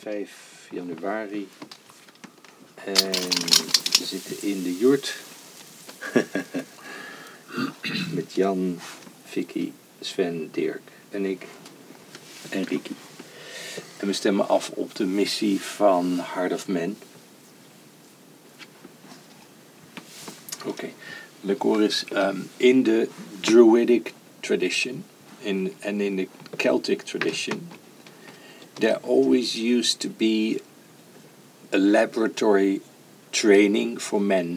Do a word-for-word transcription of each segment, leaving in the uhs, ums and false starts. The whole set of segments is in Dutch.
vijf januari en we zitten in de joert met Jan, Vicky, Sven, Dirk en ik en Ricky. En we stemmen af op de missie van Heart of Man. Oké, okay. Le Chorus um, in de Druidic tradition in, and in the Celtic tradition, there always used to be a laboratory training for men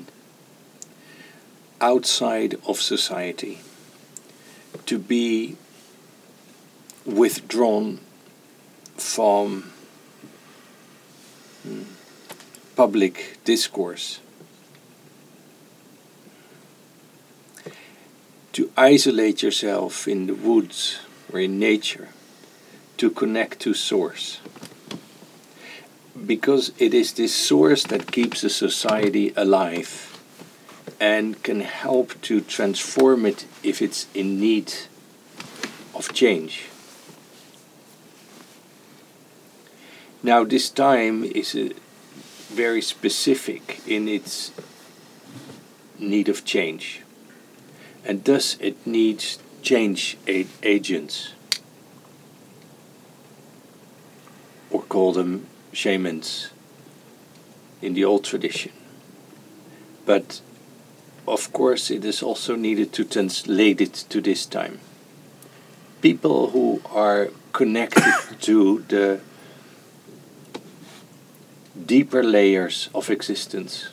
outside of society to be withdrawn from hmm, public discourse, to isolate yourself in the woods or in nature, to connect to source. Because it is this source that keeps a society alive and can help to transform it if it's in need of change. Now this time is a very specific in its need of change. And thus it needs change agents, or call them shamans in the old tradition. But of course it is also needed to translate it to this time. People who are connected to the deeper layers of existence.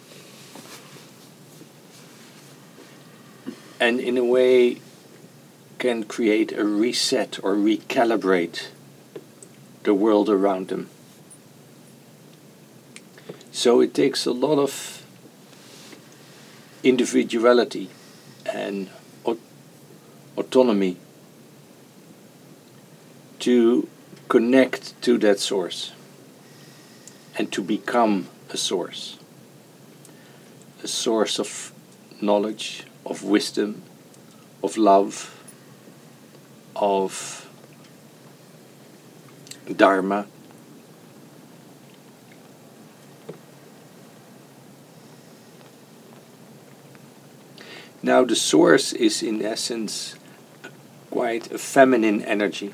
And in a way can create a reset or recalibrate the world around them. So it takes a lot of individuality and aut- autonomy to connect to that source and to become a source. A source of knowledge, of wisdom, of love, of dharma. Now the source is in essence quite a feminine energy.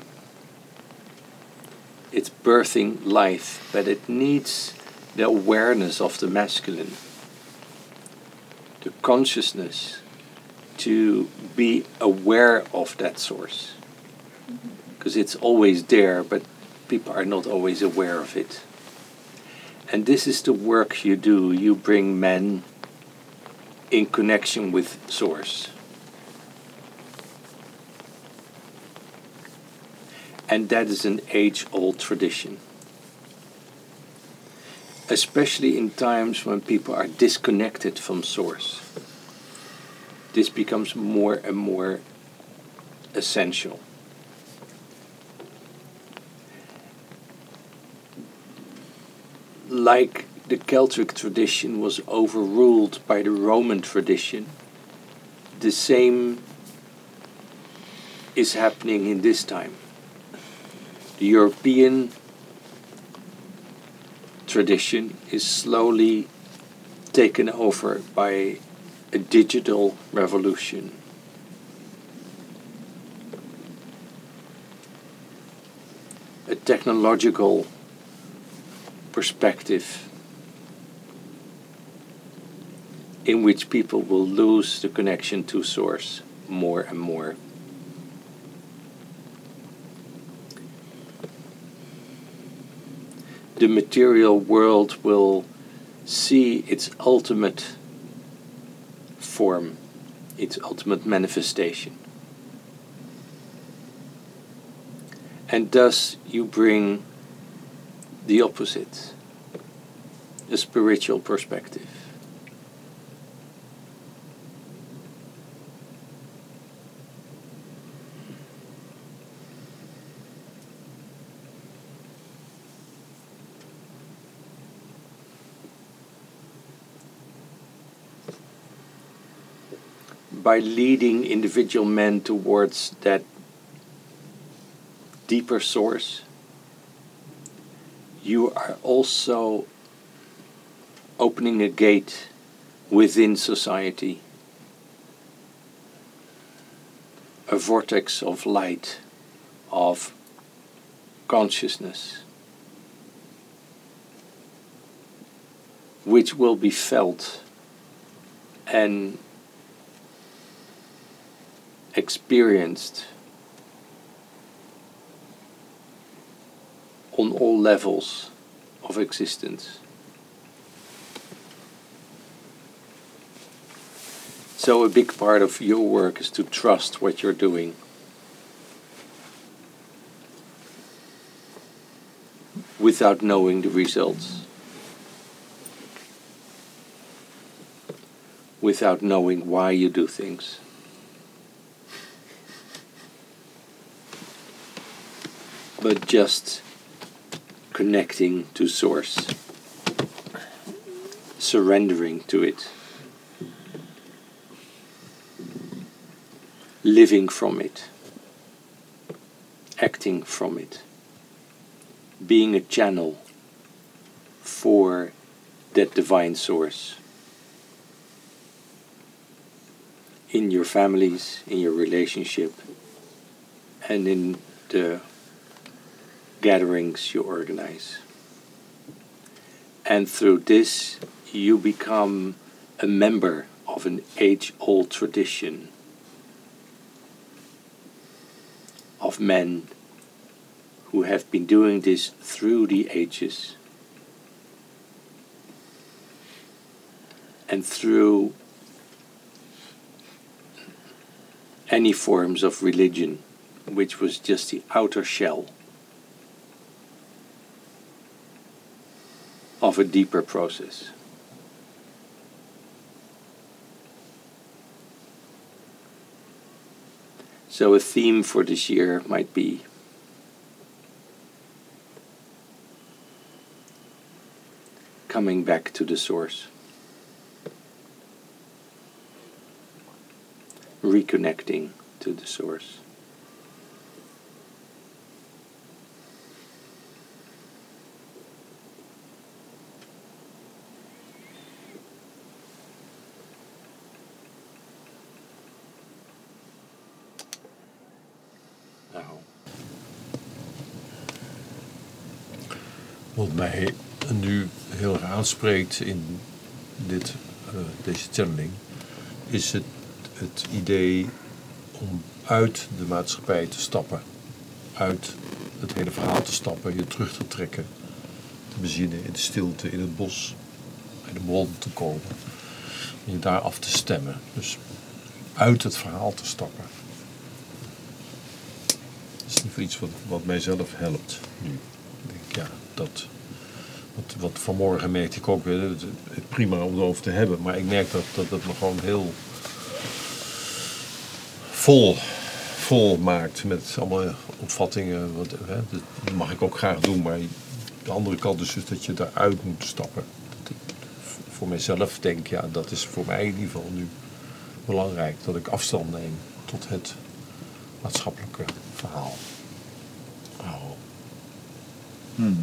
It's birthing life, but it needs the awareness of the masculine, the consciousness to be aware of that source. Because it's always there, but people are not always aware of it. And this is the work you do. You bring men in connection with source. And that is an age-old tradition. Especially in times when people are disconnected from source. This becomes more and more essential. Like the Celtic tradition was overruled by the Roman tradition, the same is happening in this time. The European tradition is slowly taken over by a digital revolution. A technological perspective in which people will lose the connection to source more and more. The material world will see its ultimate form, its ultimate manifestation. And thus you bring the opposite, a spiritual perspective. By leading individual men towards that deeper source, you are also opening a gate within society, a vortex of light, of consciousness, which will be felt and experienced on all levels of existence. So a big part of your work is to trust what you're doing. Without knowing the results. Without knowing why you do things. But just connecting to Source. Surrendering to it. Living from it. Acting from it. Being a channel for that divine source. In your families, in your relationship, and in the gatherings you organize. And through this, you become a member of an age-old tradition of men who have been doing this through the ages and through any forms of religion, which was just the outer shell of a deeper process. So a theme for this year might be coming back to the source. Reconnecting to the source. Nou. Wat mij nu heel erg aanspreekt in dit, uh, deze channeling is het, het idee om uit de maatschappij te stappen. Uit het hele verhaal te stappen, je terug te trekken. Te bezinnen in de stilte, in het bos, bij de bron te komen. En je daar af te stemmen. Dus uit het verhaal te stappen. Dat is in ieder geval iets wat, wat mijzelf helpt nu. Ik denk, ja, dat... Wat, wat vanmorgen merkte ik ook weer, het, het prima om erover te hebben, maar ik merk dat dat, dat me gewoon heel vol, vol maakt met allemaal opvattingen. Wat, hè, dat mag ik ook graag doen, maar de andere kant is dus dat je daaruit moet stappen. Dat ik voor mijzelf denk, ja, dat is voor mij in ieder geval nu belangrijk, dat ik afstand neem tot het maatschappelijke verhaal. Oh. Hmm.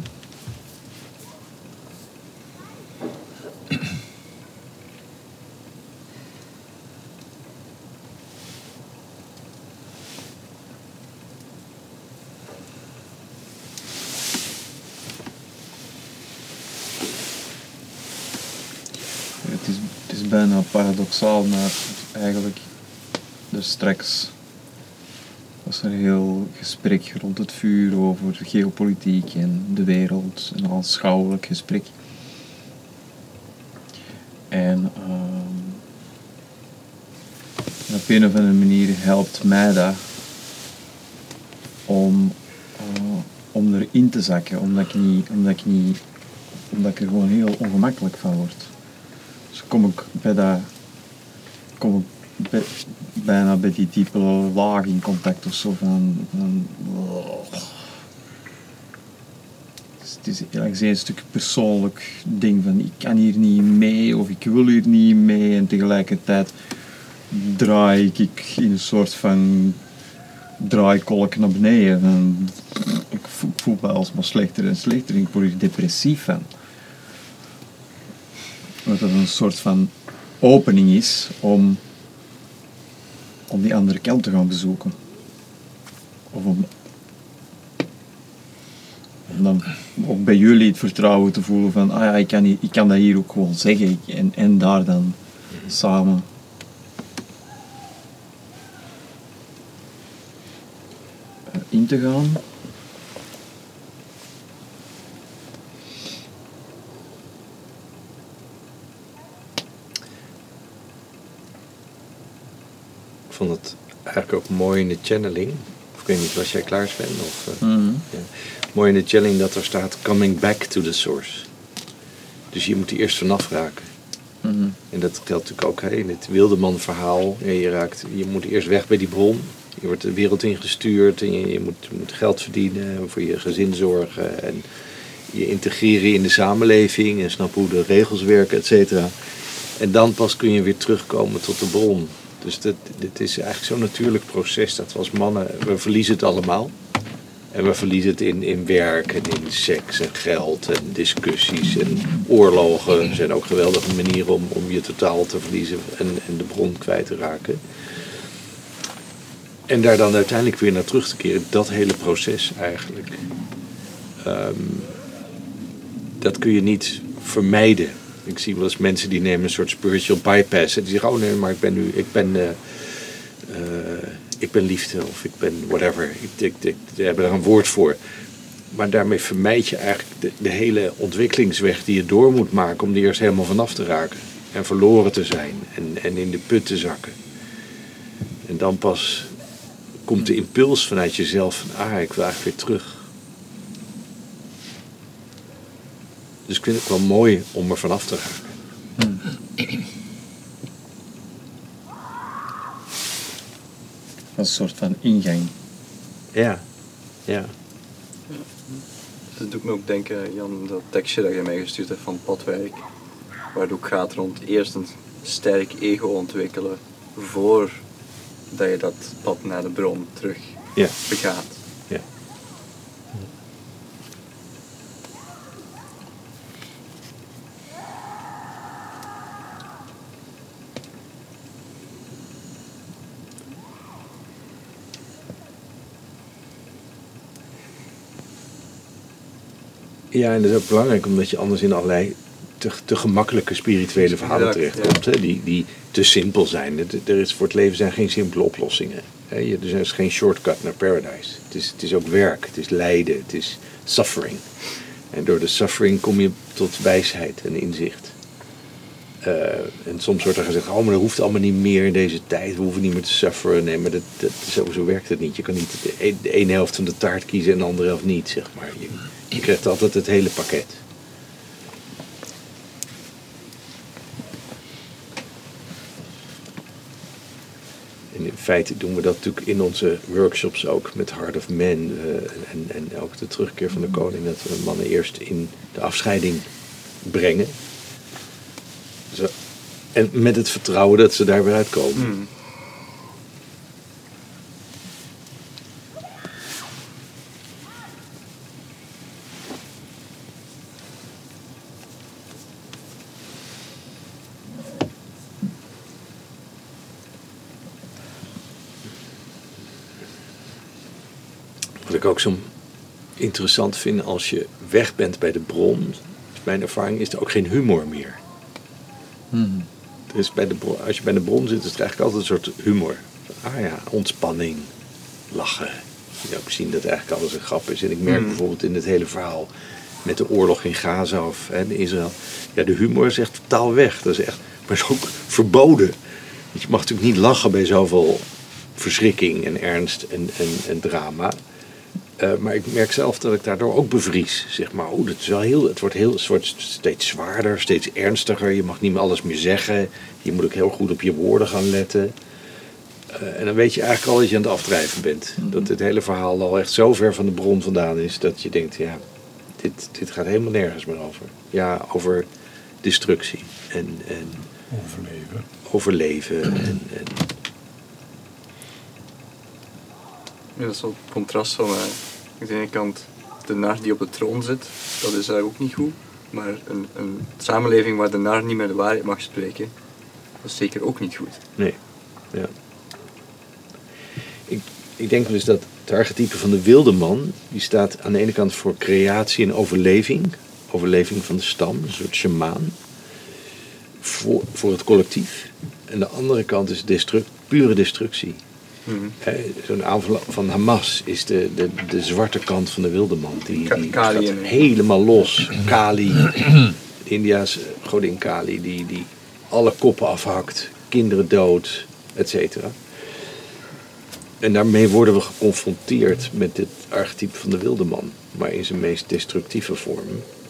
Het is, het is bijna paradoxaal, maar eigenlijk dus straks was er heel gesprek rond het vuur over geopolitiek en de wereld, een aanschouwelijk gesprek. En um, op een of andere manier helpt mij dat om, uh, om erin te zakken, omdat ik, niet, omdat, ik niet, omdat ik er gewoon heel ongemakkelijk van word. Dus kom ik bij dat, kom ik bij, bijna bij die diepe laag in contact of zo van, van oh. Het is eigenlijk een stuk persoonlijk ding van ik kan hier niet mee of ik wil hier niet mee en tegelijkertijd draai ik in een soort van draaikolk naar beneden. En ik voelt me alsmaar slechter en slechter en ik word er depressief van. Dat het een soort van opening is om, om die andere kant te gaan bezoeken. Of om, om dan ook bij jullie het vertrouwen te voelen van, ah ja, ik kan, hier, ik kan dat hier ook gewoon zeggen en, en daar dan samen. Uh, in te gaan. Ik vond het eigenlijk ook mooi in de channeling. Of ik weet niet, was jij klaar, Sven? Of, uh, Mm-hmm. ja. Mooi in de channeling dat er staat coming back to the source. Dus je moet er eerst vanaf raken. Mm-hmm. En dat geldt natuurlijk ook hè, in het Wildeman verhaal. Ja, je, raakt, je moet eerst weg bij die bron. Je wordt de wereld ingestuurd en je, je moet, moet geld verdienen voor je gezin zorgen. En je integreren in de samenleving en snappen hoe de regels werken, et cetera. En dan pas kun je weer terugkomen tot de bron. Dus dat, dit is eigenlijk zo'n natuurlijk proces dat we als mannen, we verliezen het allemaal. En we verliezen het in, in werk en in seks en geld en discussies en oorlogen. zijn ook geweldige manieren om, om je totaal te verliezen en, en de bron kwijt te raken. En daar dan uiteindelijk weer naar terug te keren, dat hele proces eigenlijk. Um, dat kun je niet vermijden. Ik zie wel eens mensen die nemen een soort spiritual bypass. En die zeggen, oh nee, maar ik ben nu, ik ben, uh, uh, ik ben liefde of ik ben whatever. Ik, ik, ik, we hebben daar een woord voor. Maar daarmee vermijd je eigenlijk de, de hele ontwikkelingsweg die je door moet maken om er eerst helemaal vanaf te raken. En verloren te zijn en, en in de put te zakken. En dan pas komt de impuls vanuit jezelf van, ah, ik wil eigenlijk weer terug. Dus ik vind het wel mooi om er vanaf te raken. Hmm. Als een soort van ingang. Ja, ja. Dat doet me ook denken, Jan, dat tekstje dat je mij gestuurd hebt van padwerk. Waar het ook gaat rond eerst een sterk ego ontwikkelen voordat je dat pad naar de bron terug Ja. begaat. Ja. Ja, en dat is ook belangrijk omdat je anders in allerlei te, te gemakkelijke spirituele verhalen Exact, terechtkomt. Hè, die, die te simpel zijn. Het- Er is, voor het leven zijn geen simpele oplossingen. Hè, je- er is geen shortcut naar paradise. Het is, het is ook werk, het is lijden, het is suffering. En door de suffering kom je tot wijsheid en inzicht. Uh, en soms wordt er gezegd, oh, maar dat hoeft allemaal niet meer in deze tijd. We hoeven niet meer te sufferen. Nee, maar dat, dat, zo, zo werkt het niet. Je kan niet de, e- de ene helft van de taart kiezen en de andere helft niet, zeg maar. Je, je krijgt altijd het hele pakket. En in feite doen we dat natuurlijk in onze workshops ook met Heart of Man. Uh, en, en ook de terugkeer van de koning. Dat we mannen eerst in de afscheiding brengen. Zo. En met het vertrouwen dat ze daar weer uitkomen. Hmm. Wat ik ook zo interessant vind als je weg bent bij de bron. Mijn ervaring is er ook geen humor meer. Hmm. Er is bij de bron, als je bij de bron zit, is het eigenlijk altijd een soort humor. Ah ja, ontspanning, lachen. Je ook zien dat eigenlijk alles een grap is. En ik merk Mm. bijvoorbeeld in het hele verhaal met de oorlog in Gaza of hè, in Israël. Ja, de humor is echt totaal weg. Dat is echt, maar is ook verboden. Want je mag natuurlijk niet lachen bij zoveel verschrikking en ernst en, en, en drama. Uh, maar ik merk zelf dat ik daardoor ook bevries. Zeg maar, oh, dat is wel heel, het wordt, heel, het wordt steeds zwaarder, steeds ernstiger. Je mag niet meer alles meer zeggen. Je moet ook heel goed op je woorden gaan letten. Uh, en dan weet je eigenlijk al dat je aan het afdrijven bent. Mm-hmm. Dat dit hele verhaal al echt zo ver van de bron vandaan is. Dat je denkt, ja, dit, dit gaat helemaal nergens meer over. Ja, over destructie. En, en overleven. Overleven. en, en Ja, dat is wel het contrast van uh, aan de ene kant de nar die op de troon zit, dat is daar ook niet goed. Maar een, een samenleving waar de nar niet meer de waarheid mag spreken, dat is zeker ook niet goed. Nee, ja. Ik, ik denk dus dat het archetype van de wildeman, die staat aan de ene kant voor creatie en overleving. Overleving van de stam, een soort sjamaan. Voor, voor het collectief. En de andere kant is destruct, pure destructie. Mm-hmm. He, zo'n aanval van Hamas is de, de, de zwarte kant van de wildeman. Die, Ka- die Kali gaat en- helemaal los. Kali, de India's godin Kali, die, die alle koppen afhakt, kinderen dood, et cetera. En daarmee worden we geconfronteerd met dit archetype van de wildeman, maar in zijn meest destructieve vorm.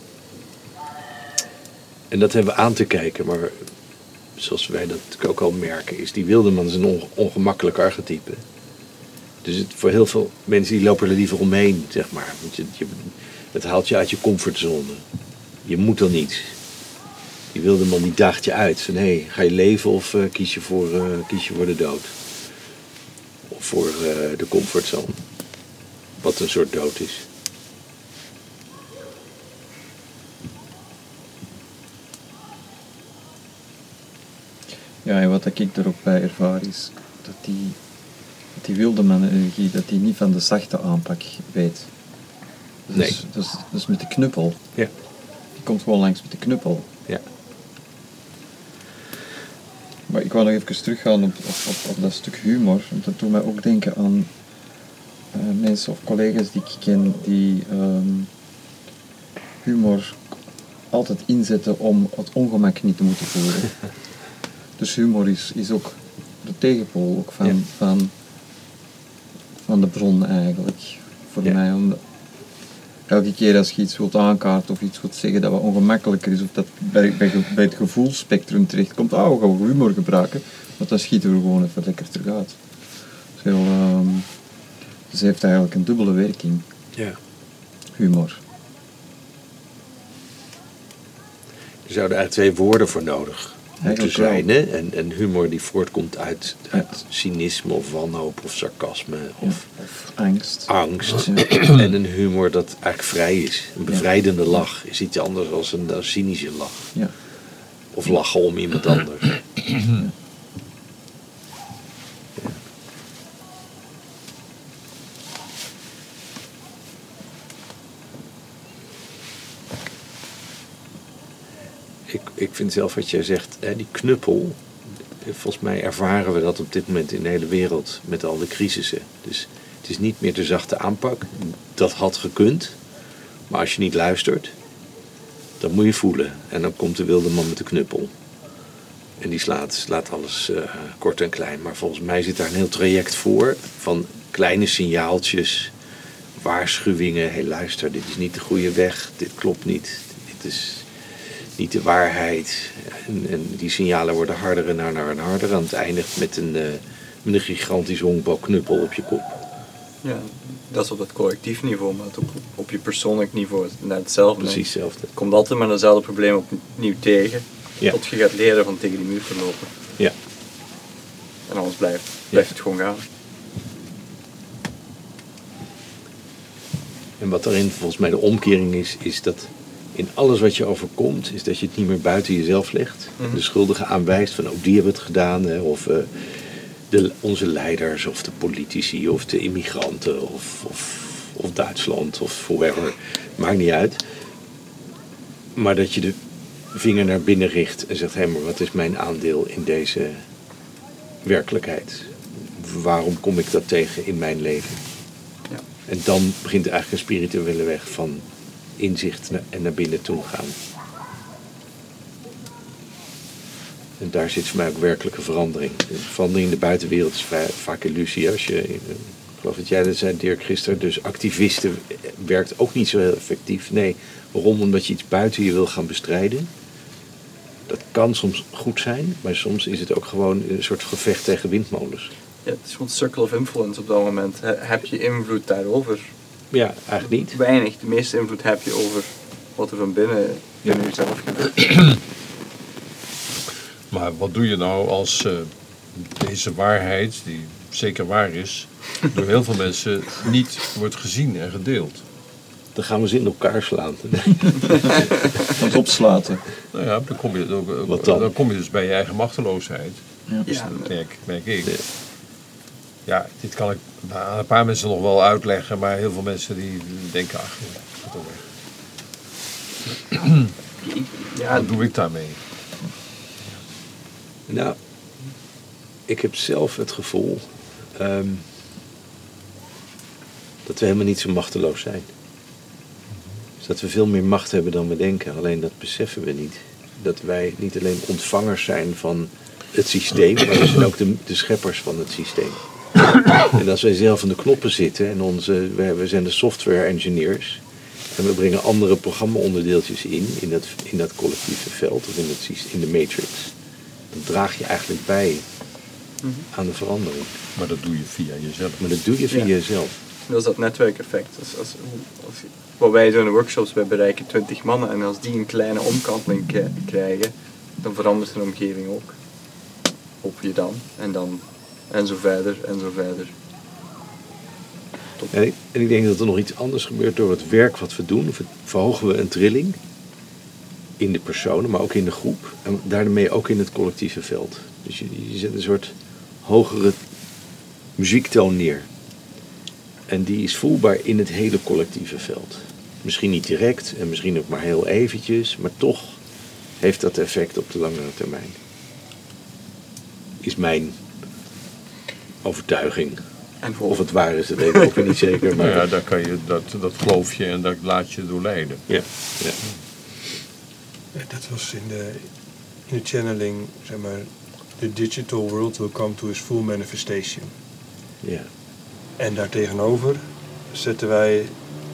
En dat hebben we aan te kijken, maar zoals wij dat ook al merken, is die wildeman een onge- ongemakkelijk archetype. Dus het, voor heel veel mensen die lopen er liever omheen, zeg maar. Want je, je, het haalt je uit je comfortzone. Je moet er niet. Die wildeman die daagt je uit. Van, hé, ga je leven of uh, kies, je voor, uh, kies je voor de dood? Of voor uh, de comfortzone. Wat een soort dood is. Ja, en wat ik er ook bij ervaar is dat die, dat die wildeman-energie, dat die niet van de zachte aanpak weet. Dat Nee. is, dat, is, dat is met de knuppel. Ja. Die komt gewoon langs met de knuppel. Ja. Maar ik wou nog even teruggaan op, op, op, op dat stuk humor. Want dat doet mij ook denken aan uh, mensen of collega's die ik ken die um, humor altijd inzetten om het ongemak niet te moeten voelen. Dus humor is, is ook de tegenpool ook van, Ja. van, van de bron eigenlijk. Voor Ja. mij. Omdat elke keer als je iets wilt aankaarten of iets wilt zeggen dat wat ongemakkelijker is of dat bij, bij, ge- bij het gevoelsspectrum terechtkomt, ah, we gaan humor gebruiken, want dan schieten we er gewoon even lekker terug uit. Dus, heel, ehm, dus het heeft eigenlijk een dubbele werking, Ja. humor. Er zouden eigenlijk twee woorden voor nodig moeten Eigenlijk wel. zijn. Hè? En, en humor die voortkomt uit, uit cynisme of wanhoop of sarcasme of Ja, of angst. angst. Ja. En een humor dat eigenlijk vrij is. Een bevrijdende lach is iets anders dan een, een cynische lach. Ja. Of lachen om iemand anders. Ik, ik vind zelf wat jij zegt, hè, die knuppel. Volgens mij ervaren we dat op dit moment in de hele wereld met al de crisissen. Dus het is niet meer de zachte aanpak. Dat had gekund. Maar als je niet luistert, dan moet je voelen. En dan komt de wilde man met de knuppel. En die slaat, slaat alles uh, kort en klein. Maar volgens mij zit daar een heel traject voor. Van kleine signaaltjes, waarschuwingen. Hé, hey, luister, dit is niet de goede weg. Dit klopt niet. Dit is niet de waarheid. En, en die signalen worden harder en harder en harder. En het eindigt met een, uh, met een gigantisch honkbalknuppel op je kop. Ja, dat is op het collectief niveau, maar ook op je persoonlijk niveau net hetzelfde. Precies hetzelfde. Je komt altijd maar dezelfde probleem opnieuw tegen, Ja. tot je gaat leren van tegen die muur te lopen. Ja. En anders blijft, blijft het gewoon gaan. En wat daarin volgens mij de omkering is, is dat in alles wat je overkomt, is dat je het niet meer buiten jezelf legt. Mhm. De schuldigen aanwijst van, oh, die hebben het gedaan. Hè, of uh, de, onze leiders, of de politici, of de immigranten, of, of, of Duitsland, of whoever. Maakt niet uit. Maar dat je de vinger naar binnen richt en zegt, hé, maar wat is mijn aandeel in deze werkelijkheid? Waarom kom ik dat tegen in mijn leven? Ja. En dan begint eigenlijk een spirituele weg van inzicht en naar binnen toe gaan. En daar zit voor mij ook werkelijke verandering. De verandering in de buitenwereld is vrij, vaak illusie. Als je, ik geloof dat jij dat zei, Dirk, gisteren. Dus activisten werkt ook niet zo heel effectief. Nee, waarom? Omdat je iets buiten je wil gaan bestrijden. Dat kan soms goed zijn, maar soms is het ook gewoon een soort gevecht tegen windmolens. Ja, het is gewoon circle of influence op dat moment. He- heb je invloed daarover? Ja, eigenlijk niet. Weinig. De meeste invloed heb je over wat er van binnen, binnen jezelf gebeurt. Maar wat doe je nou als uh, deze waarheid, die zeker waar is, door heel veel mensen niet wordt gezien en gedeeld? Dan gaan we ze in elkaar slaan. Wat opslaten. Nou ja, dan kom, je, dan, Wat dan? dan kom je dus bij je eigen machteloosheid. Ja. Dus Ja, dat merk, merk ik. Ja. Ja, dit kan ik aan een paar mensen nog wel uitleggen, maar heel veel mensen die denken, ach, ja, gaat toch weg. Ja, Wat doe ik daarmee? Nou, ik heb zelf het gevoel um, dat we helemaal niet zo machteloos zijn. Dus dat we veel meer macht hebben dan we denken. Alleen dat beseffen we niet. Dat wij niet alleen ontvangers zijn van het systeem, maar we zijn ook de, de scheppers van het systeem. En als wij zelf aan de knoppen zitten en onze, we, we zijn de software engineers en we brengen andere programma-onderdeeltjes in, in dat, in dat collectieve veld of in, het, in de matrix, dan draag je eigenlijk bij aan de verandering. Maar dat doe je via jezelf. Maar dat doe je via Ja. jezelf. dat is dat netwerkeffect. Als, als, als, wat wij doen in de workshops, wij bereiken twintig mannen en als die een kleine omkanteling k- krijgen, dan verandert de omgeving ook. Op je dan. En dan. En zo verder, en zo verder. En ik, en ik denk dat er nog iets anders gebeurt door het werk wat we doen. Verhogen we een trilling in de personen, maar ook in de groep. En daarmee ook in het collectieve veld. Dus je, je zet een soort hogere muziektoon neer. En die is voelbaar in het hele collectieve veld. Misschien niet direct en misschien ook maar heel eventjes, maar toch heeft dat effect op de langere termijn. Is mijn overtuiging. En Of het waar is, dat weet ik ook weer niet zeker. Maar Nou ja, daar kan je, dat, dat geloof je en dat laat je door leiden. ja, ja. Ja, dat was in de, in de channeling, zeg maar, the digital world will come to its full manifestation. ja. En daartegenover zetten wij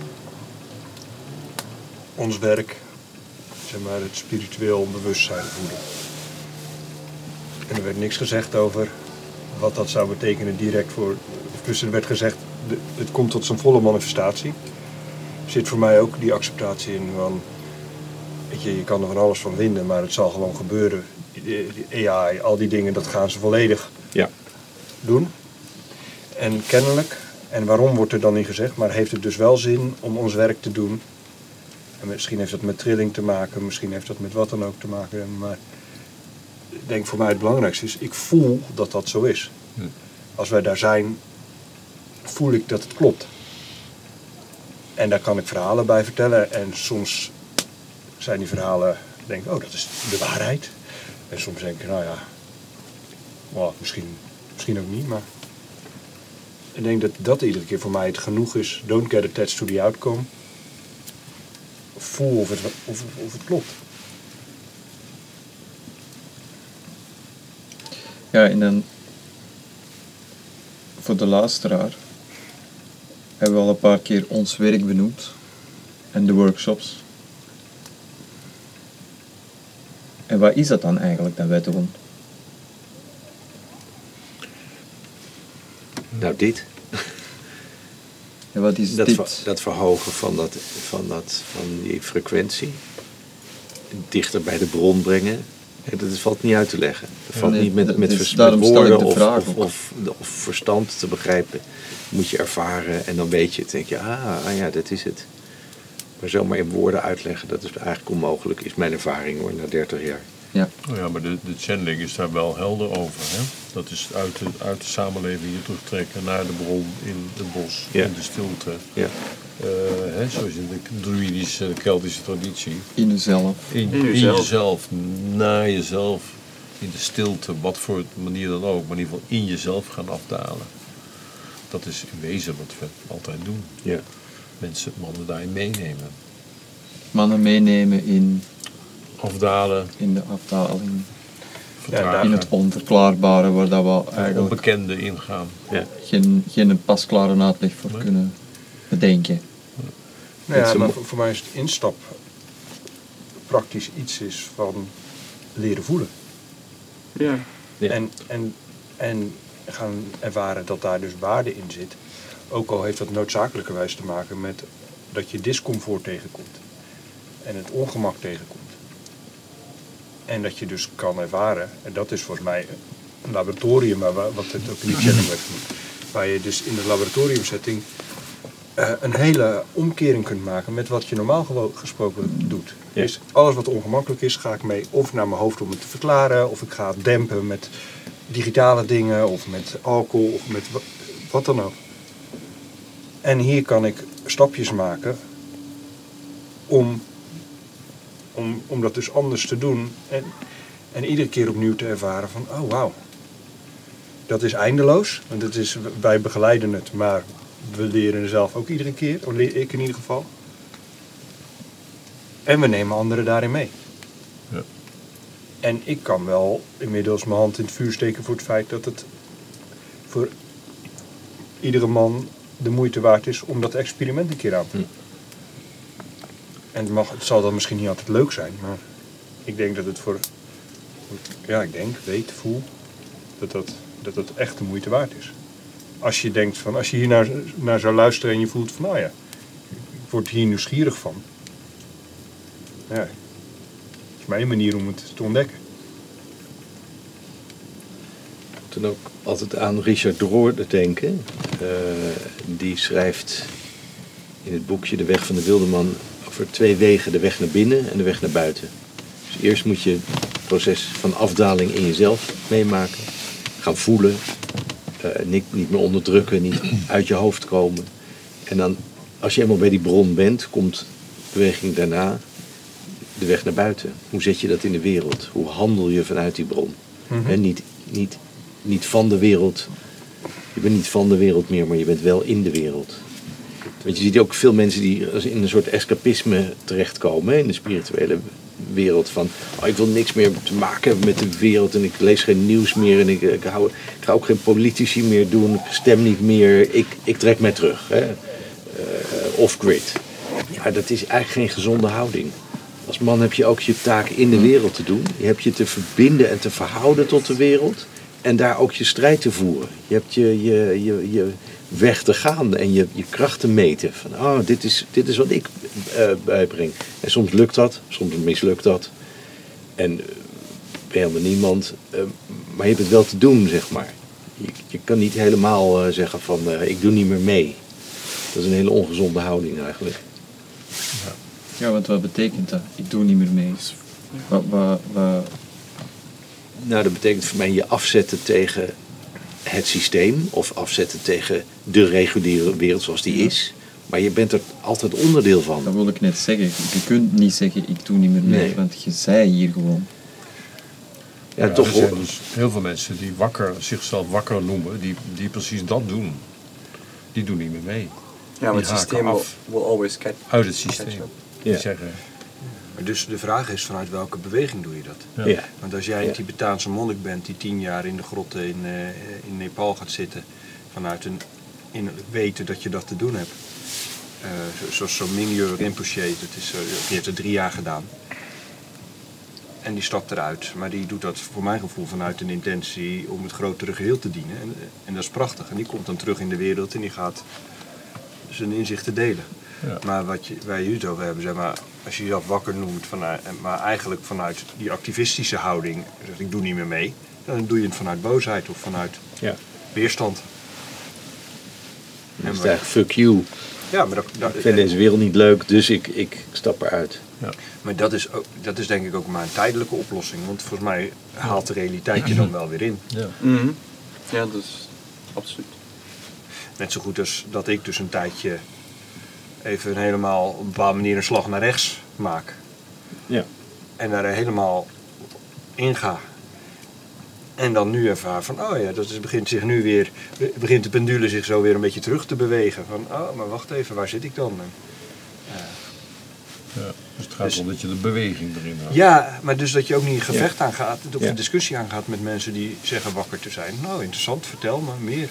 ons werk, zeg maar, het spiritueel bewustzijn voeden. En er werd niks gezegd over wat dat zou betekenen direct voor... Dus er werd gezegd, de, het komt tot zijn volle manifestatie. Er zit voor mij ook die acceptatie in van... Weet je, je kan er van alles van vinden, maar het zal gewoon gebeuren. De, de A I, al die dingen, dat gaan ze volledig Ja. doen. En kennelijk, en waarom wordt er dan niet gezegd, maar heeft het dus wel zin om ons werk te doen. En misschien heeft dat met trilling te maken, misschien heeft dat met wat dan ook te maken. Maar ik denk voor mij het belangrijkste is, ik voel dat dat zo is. Hm. Als wij daar zijn, voel ik dat het klopt. En daar kan ik verhalen bij vertellen. En soms zijn die verhalen, denk ik, oh, dat is de waarheid. En soms denk ik, nou ja, well, misschien, misschien ook niet, maar... Ik denk dat dat iedere keer voor mij het genoeg is. Don't get attached to the outcome. Voel of het, of, of het klopt. Ja, en dan voor de luisteraar hebben we al een paar keer ons werk benoemd en de workshops. En wat is dat dan eigenlijk dat wij doen? Nou, dit. En wat is Dat, dit? ver- dat verhogen van, dat, van, dat, van die frequentie. Dichter bij de bron brengen. Ja, dat valt niet uit te leggen. Dat Ja, valt nee, niet met, dat met, is- vers- met daarom stel ik woorden de of, vraag of, ook. of, of verstand te begrijpen. Moet je ervaren en dan weet je het. denk je, ah, ah ja, dat is het. Maar zomaar in woorden uitleggen, dat is eigenlijk onmogelijk. Is mijn ervaring hoor, na dertig jaar. Ja, Oh ja, maar de, de channeling is daar wel helder over. Hè? Dat is uit de, uit de samenleving hier terugtrekken naar de bron in het bos, Ja. in de stilte. Ja. Uh, hè, zoals in de druïdische, Keltische traditie. in jezelf. In, In in jezelf. jezelf, naar jezelf, in de stilte, wat voor manier dan ook, maar in ieder geval in jezelf gaan afdalen. Dat is in wezen wat we altijd doen. Ja. Mensen, mannen daarin meenemen. Mannen meenemen in, Afdalen, in de afdaling, vertragen, in het onverklaarbare, waar dat we het eigenlijk onbekende ingaan. Ja. geen, geen pasklare uitleg voor Nee. kunnen bedenken. Nou Het ja, is maar een- voor, voor mij is het instap praktisch iets is van leren voelen. Ja. Ja. En, en, en gaan ervaren dat daar dus waarde in zit. Ook al heeft dat noodzakelijkerwijs te maken met dat je discomfort tegenkomt. En het ongemak tegenkomt. En dat je dus kan ervaren, en dat is volgens mij een laboratorium, maar wa- wat het ook in die challenge werd genoemd. Waar je dus in de laboratoriumsetting uh, een hele omkering kunt maken met wat je normaal gewo- gesproken doet. Ja. Dus alles wat ongemakkelijk is, ga ik mee of naar mijn hoofd om het te verklaren, of ik ga het dempen met digitale dingen, of met alcohol, of met wa- wat dan ook. En hier kan ik stapjes maken om, om, om dat dus anders te doen. En, en iedere keer opnieuw te ervaren van, oh wauw. Dat is eindeloos. Want het is, wij begeleiden het, maar we leren er zelf ook iedere keer. Of leer ik in ieder geval. En we nemen anderen daarin mee. Ja. En ik kan wel inmiddels mijn hand in het vuur steken voor het feit dat het voor iedere man de moeite waard is om dat experiment een keer aan te doen. En het, mag, het zal dan misschien niet altijd leuk zijn, maar ik denk dat het voor, ja ik denk, weet, voel, dat dat, dat dat echt de moeite waard is. Als je denkt van, als je hier naar, naar zou luisteren en je voelt van, nou ja, ik word hier nieuwsgierig van. Ja, het is mijn manier om het te ontdekken. Toen ook altijd aan Richard Rohr denken. Uh, die schrijft in het boekje De Weg van de Wildeman over twee wegen, de weg naar binnen en de weg naar buiten. Dus eerst moet je het proces van afdaling in jezelf meemaken, gaan voelen, uh, niet, niet meer onderdrukken, niet uit je hoofd komen. En dan, als je eenmaal bij die bron bent, komt de beweging daarna de weg naar buiten. Hoe zet je dat in de wereld? Hoe handel je vanuit die bron? Mm-hmm. En niet, niet, niet van de wereld. Je bent niet van de wereld meer, maar je bent wel in de wereld. Want je ziet ook veel mensen die in een soort escapisme terechtkomen, hè, in de spirituele wereld. Van, oh, ik wil niks meer te maken hebben met de wereld en ik lees geen nieuws meer en ik, ik, hou, ik ga ook geen politici meer doen, ik stem niet meer, ik, ik trek mij terug. Hè. Uh, off-grid. Ja, dat is eigenlijk geen gezonde houding. Als man heb je ook je taak in de wereld te doen. Je hebt je te verbinden en te verhouden tot de wereld. En daar ook je strijd te voeren. Je hebt je, je, je, je weg te gaan en je, je kracht te meten. Van, oh, dit is, dit is wat ik uh, bijbreng. En soms lukt dat, soms mislukt dat. En uh, ben je helemaal niemand. Uh, maar je hebt het wel te doen, zeg maar. Je, je kan niet helemaal uh, zeggen van, uh, ik doe niet meer mee. Dat is een hele ongezonde houding eigenlijk. Ja. Ja, want wat betekent dat? Ik doe niet meer mee. Wat, wat, wat... Nou, dat betekent voor mij je afzetten tegen het systeem. Of afzetten tegen de reguliere wereld zoals die is. Maar je bent er altijd onderdeel van. Dat wil ik net zeggen. Je kunt niet zeggen, ik doe niet meer mee. Nee. Want je zei hier gewoon. Ja, ja, toch er zijn dus heel veel mensen die wakker, zichzelf wakker noemen. Die, die precies dat doen. Die doen niet meer mee. Ja, maar het systeem will, will always catch. Uit het systeem. Ja. Zeggen. Maar dus de vraag is, vanuit welke beweging doe je dat? Ja. Want als jij een ja. Tibetaanse monnik bent die tien jaar in de grotten in, uh, in Nepal gaat zitten, vanuit een innerlijk weten dat je dat te doen hebt. Uh, zoals zo Mingyur Rinpoche, dat is, uh, die heeft het drie jaar gedaan. En die stapt eruit, maar die doet dat voor mijn gevoel vanuit een intentie om het grotere geheel te dienen. En, en dat is prachtig. En die komt dan terug in de wereld en die gaat zijn inzichten delen. Ja. Maar wat je, waar jullie het over hebben, zeg maar, als je jezelf wakker noemt, vanuit, maar eigenlijk vanuit die activistische houding, zegt ik doe niet meer mee, dan doe je het vanuit boosheid of vanuit ja. weerstand. En is eigenlijk fuck you. Ja, maar dat, dat, ik vind deze wereld niet leuk, dus ik, ik stap eruit. Ja. Maar dat is, ook, dat is denk ik ook maar een tijdelijke oplossing, want volgens mij haalt de realiteit je dan wel weer in. Ja, mm-hmm. Ja, dat is absoluut. Net zo goed als dat ik dus een tijdje even helemaal op een bepaalde manier een slag naar rechts maak. Ja. En daar helemaal in ga. En dan nu ervaar van, oh ja, dat is, begint zich nu weer, begint de pendule zich zo weer een beetje terug te bewegen. Van, oh, maar wacht even, waar zit ik dan? En, uh, ja, dus het gaat dus, om dat je de beweging erin houdt. Ja, maar dus dat je ook niet gevecht ja. aangaat, of ja. een discussie aangaat met mensen die zeggen wakker te zijn. Nou, interessant, vertel me meer.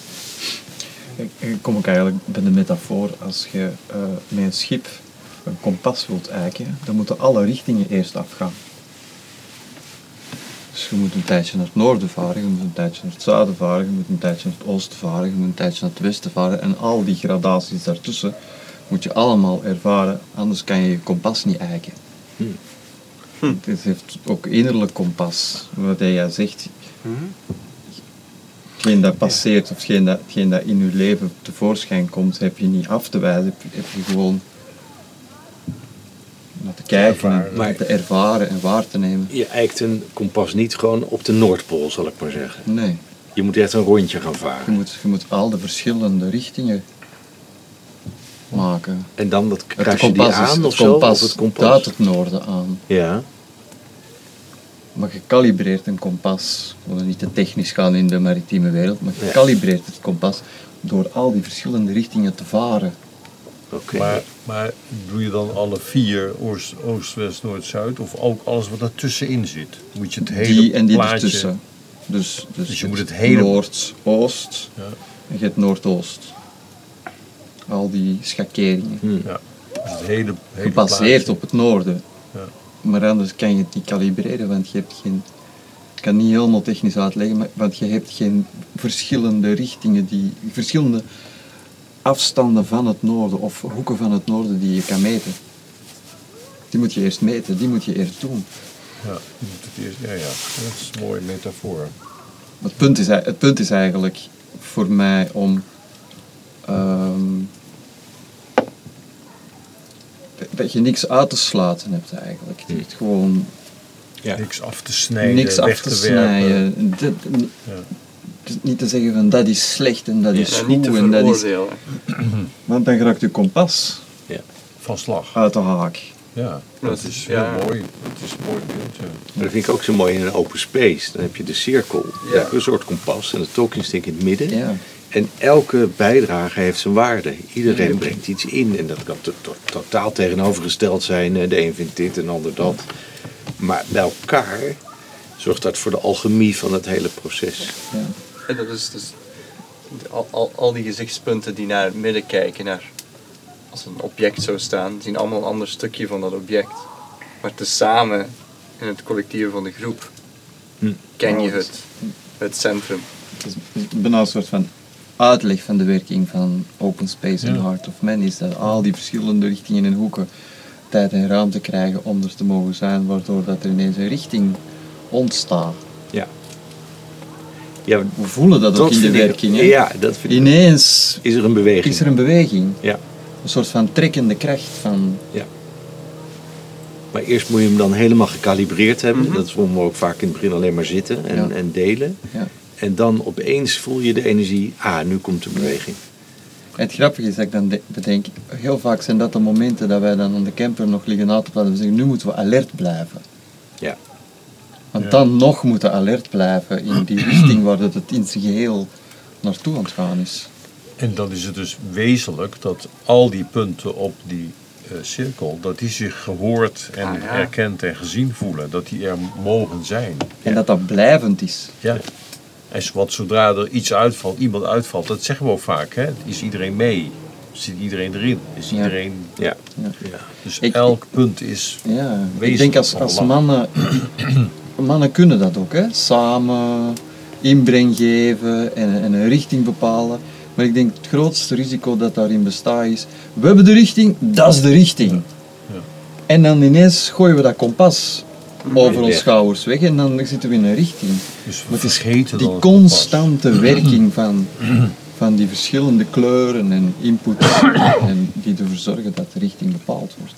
Ik kom ook eigenlijk bij de metafoor, als je uh, met een schip een kompas wilt eiken, dan moeten alle richtingen eerst afgaan. Dus je moet een tijdje naar het noorden varen, je moet een tijdje naar het zuiden varen, je moet een tijdje naar het oosten varen, je moet een tijdje naar het westen varen en al die gradaties daartussen moet je allemaal ervaren, anders kan je je kompas niet eiken. Hm. Hm. Het heeft ook innerlijk kompas, wat jij zegt. Hm. hetgeen dat passeert of hetgeen dat, hetgeen dat in je leven tevoorschijn komt, heb je niet af te wijzen, heb je, heb je gewoon naar te kijken, ervaren. en naar te ervaren en waar te nemen. Je eikt een kompas niet gewoon op de Noordpool, zal ik maar zeggen. Nee, Je moet echt een rondje gaan je varen. moet, je moet al de verschillende richtingen maken. En dan dat Het kruis je die kompas, is, aan het of zo? kompas Of het kompas? duidt het noorden aan. Ja. Maar je kalibreert een kompas, we willen niet te technisch gaan in de maritieme wereld, maar je Ja. kalibreert het kompas door al die verschillende richtingen te varen. Oké. Maar, maar doe je dan alle vier, oost, oost, west, noord, zuid, of ook alles wat ertussenin zit? Moet je het hele Die en die plaatje... ertussen. Dus, dus, Dus je moet het hele- Noord-Oost Ja, en je hebt Noordoost. Al die schakeringen. Hm. ja. Dus het hele, hele Gebaseerd plaatje. op het noorden. Ja. Maar anders kan je het niet kalibreren, want je hebt geen... Ik kan niet helemaal technisch uitleggen, maar, want je hebt geen verschillende richtingen, die, verschillende afstanden van het noorden of hoeken van het noorden die je kan meten. Die moet je eerst meten, die moet je eerst doen. Ja, je moet het eerst, ja, ja, dat is een mooie metafoor. Het punt is, het punt is eigenlijk voor mij om ehm, dat je niks uit te sluiten hebt eigenlijk. Je hebt gewoon Ja. Niks af te snijden, niks weg af te werpen. snijden. Dit- Ja. dus niet te zeggen van dat is slecht en dat Ja, is En goed niet te en dat is... veroordelen. Want dan raakt je kompas Van slag. uit de haak. Ja, dat Dat is is- heel ja. mooi. Het is een mooi beeld, ja. Maar dat vind ik ook zo mooi in een open space. Dan heb je de cirkel, Ja. ja. een soort kompas en de talking stick in het midden. Ja. En elke bijdrage heeft zijn waarde. Iedereen brengt iets in. En dat kan to- to- totaal tegenovergesteld zijn. Eh, De een vindt dit en de ander dat. Maar bij elkaar zorgt dat voor de alchemie van het hele proces. Ja. En dat is dus al, al, al die gezichtspunten die naar het midden kijken, naar als een object zou staan, zien allemaal een ander stukje van dat object. Maar tezamen in het collectieve van de groep Hm. ken je Ja, het, het centrum. Het is bijna een soort van uitleg van de werking van Open Space en Ja. Heart of Man is dat al die verschillende richtingen en hoeken tijd en ruimte krijgen om er te mogen zijn, waardoor dat er ineens een richting ontstaat. Ja. Ja, We voelen dat ook in de vind ik- werking. Hè? Ja, dat vind ik. Ineens Is er een beweging? is er een beweging, Ja. een soort van trekkende kracht van... Ja. Maar eerst moet je hem dan helemaal gekalibreerd hebben. Mhm. Dat is waarom we ook vaak in het begin alleen maar zitten en, Ja. en delen. Ja. En dan opeens voel je de energie. Ah, nu komt de beweging. Het grappige is dat ik dan de- bedenk, heel vaak zijn dat de momenten dat wij dan aan de camper nog liggen na te praten en we zeggen, nu moeten we alert blijven. Ja. Want Ja. dan nog moeten alert blijven in die richting waar het in zijn geheel naartoe aan het gaan is. En dan is het dus wezenlijk dat al die punten op die eh, cirkel, dat die zich gehoord en Ah, ja. erkend en gezien voelen. Dat die er mogen zijn. En dat dat blijvend is. Ja. En z- want zodra er iets uitvalt, iemand uitvalt, dat zeggen we ook vaak, hè? Is iedereen mee? Zit iedereen erin? Is Ja. iedereen... Ja. Ja. Ja. Dus Ik- elk punt is... Ja, ik Wezenlijk denk als, van als belang. mannen, mannen kunnen dat ook, hè? Samen inbreng geven en, en een richting bepalen. Maar ik denk het grootste risico dat daarin bestaat is, we hebben de richting, dat is de richting. Ja. En dan ineens gooien we dat kompas over ons Weg. schouders weg en dan zitten we in een richting. Dus we Maar het is vergeten dan die het kompas. constante werking van, van die verschillende kleuren en inputs en die ervoor zorgen dat de richting bepaald wordt.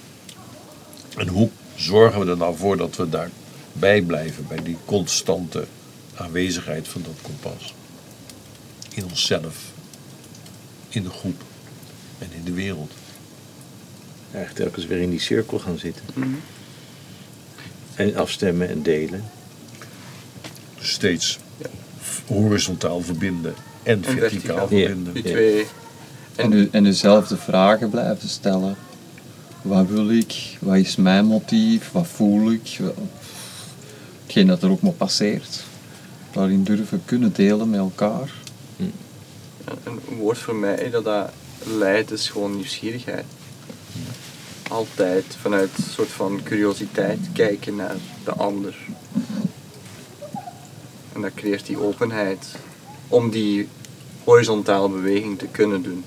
En hoe zorgen we er nou voor dat we daarbij blijven, bij die constante aanwezigheid van dat kompas? In onszelf, in de groep en in de wereld. Eigenlijk telkens weer in die cirkel gaan zitten. Mhm. En afstemmen en delen. Dus steeds horizontaal verbinden en En verticaal verticaal. verbinden. Die Ja. twee. En, u, en uzelf vragen blijven stellen. Wat wil ik? Wat is mijn motief? Wat voel ik? Wat- Hetgeen dat er ook maar passeert. Daarin durven kunnen delen met elkaar. Een woord voor mij dat dat leidt is gewoon nieuwsgierigheid. Altijd vanuit een soort van curiositeit kijken naar de ander. En dat creëert die openheid om die horizontale beweging te kunnen doen.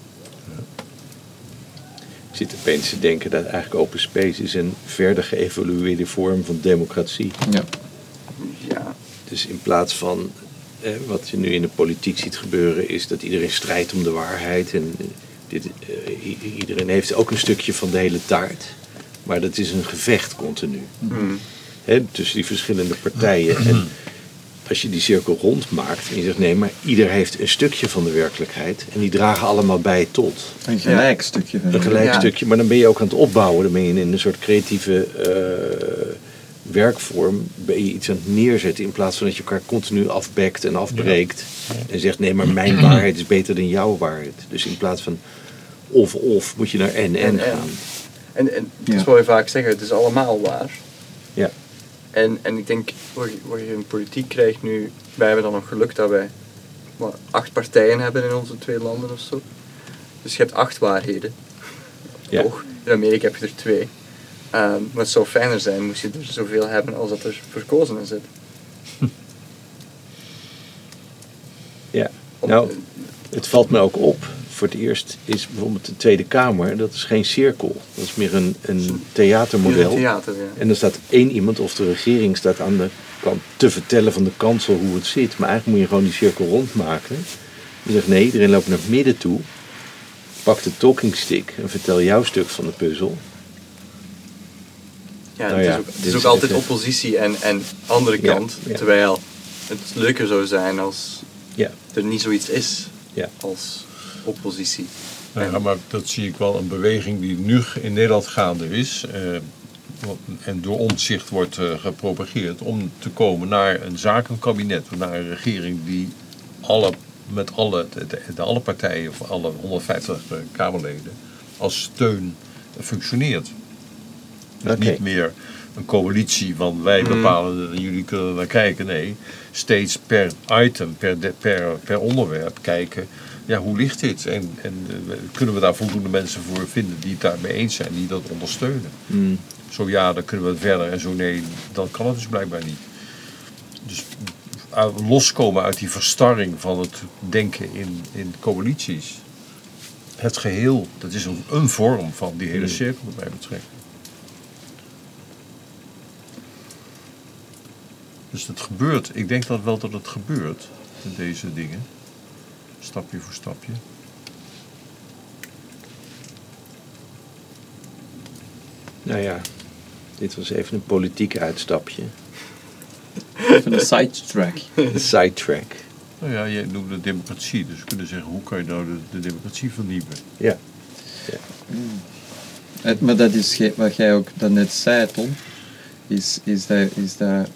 Ik zit opeens te denken dat eigenlijk open space is een verder geëvolueerde vorm van democratie. Ja. Ja, Dus in plaats van eh, wat je nu in de politiek ziet gebeuren, is dat iedereen strijdt om de waarheid. En eh, dit, eh, i- iedereen heeft ook een stukje van de hele taart. Maar dat is een gevecht continu. Mm. Hè, tussen die verschillende partijen. En als je die cirkel rond maakt en je zegt nee, maar ieder heeft een stukje van de werkelijkheid. En die dragen allemaal bij tot. Een gelijk stukje van Een gelijk Ja. stukje, maar dan ben je ook aan het opbouwen. Dan ben je in een soort creatieve eh, werkvorm ben je iets aan het neerzetten. In plaats van dat je elkaar continu afbekt en afbreekt. En zegt nee, maar mijn waarheid is beter dan jouw waarheid. Dus in plaats van of of moet je naar en en En, en. gaan. En, en dat is Ja. wat we vaak zeggen, het is allemaal waar. Ja. En, en ik denk, wat je, wat je in politiek krijgt nu, wij hebben dan nog geluk dat wij wat, acht partijen hebben in onze twee landen of zo. Dus je hebt acht waarheden. Ja. Toch? In Amerika heb je er twee. Ehm, maar het zou fijner zijn moest je er zoveel hebben als dat er verkozen zit. Ja. Om- Nou, het valt me ook op. Voor het eerst is bijvoorbeeld de Tweede Kamer, dat is geen cirkel. Dat is meer een, een theatermodel. Een theater, ja. En er staat één iemand of de regering staat aan de kant te vertellen van de kansel hoe het zit. Maar eigenlijk moet je gewoon die cirkel rondmaken. Je zegt nee, iedereen loopt naar het midden toe. Pak de talking stick en vertel jouw stuk van de puzzel. Ja, Nou het ja, is ook, het dit is ook is altijd het, oppositie en, en andere Ja, kant. ja. Terwijl het leuker zou zijn als Ja, er niet zoiets is ja. als oppositie. Nou ja, maar dat zie ik wel een beweging die nu in Nederland gaande is. eh, wat- en door Omtzigt wordt eh, gepropageerd om te komen naar een zakenkabinet, naar een regering die alle, met alle, de, de- de alle partijen of alle honderdvijftig eh, Kamerleden als steun functioneert. Dus Oké. niet meer een coalitie van wij bepalen en jullie kunnen naar kijken. Nee, steeds per item, per, de- per, per onderwerp kijken. Ja, hoe ligt dit? En, en eh, kunnen we daar voldoende mensen voor vinden die het daarmee eens zijn, die dat ondersteunen? Mm. Zo ja, dan kunnen we verder en zo nee, dan kan het dus blijkbaar niet. Dus uh, loskomen uit die verstarring van het denken in, in coalities. Het geheel, dat is een, een vorm van die hele cirkel wat mij betreft. Dus het gebeurt, ik denk dat wel dat het gebeurt, deze dingen. Stapje voor stapje. Nou ja, dit was even een politiek uitstapje. Even een sidetrack. Een sidetrack. Nou ja, jij noemde democratie, dus we kunnen zeggen, hoe kan je nou de, de democratie vernieuwen? Ja. Het- Maar dat is ge- wat jij ook daarnet zei, Tom. Is, is, dat, is dat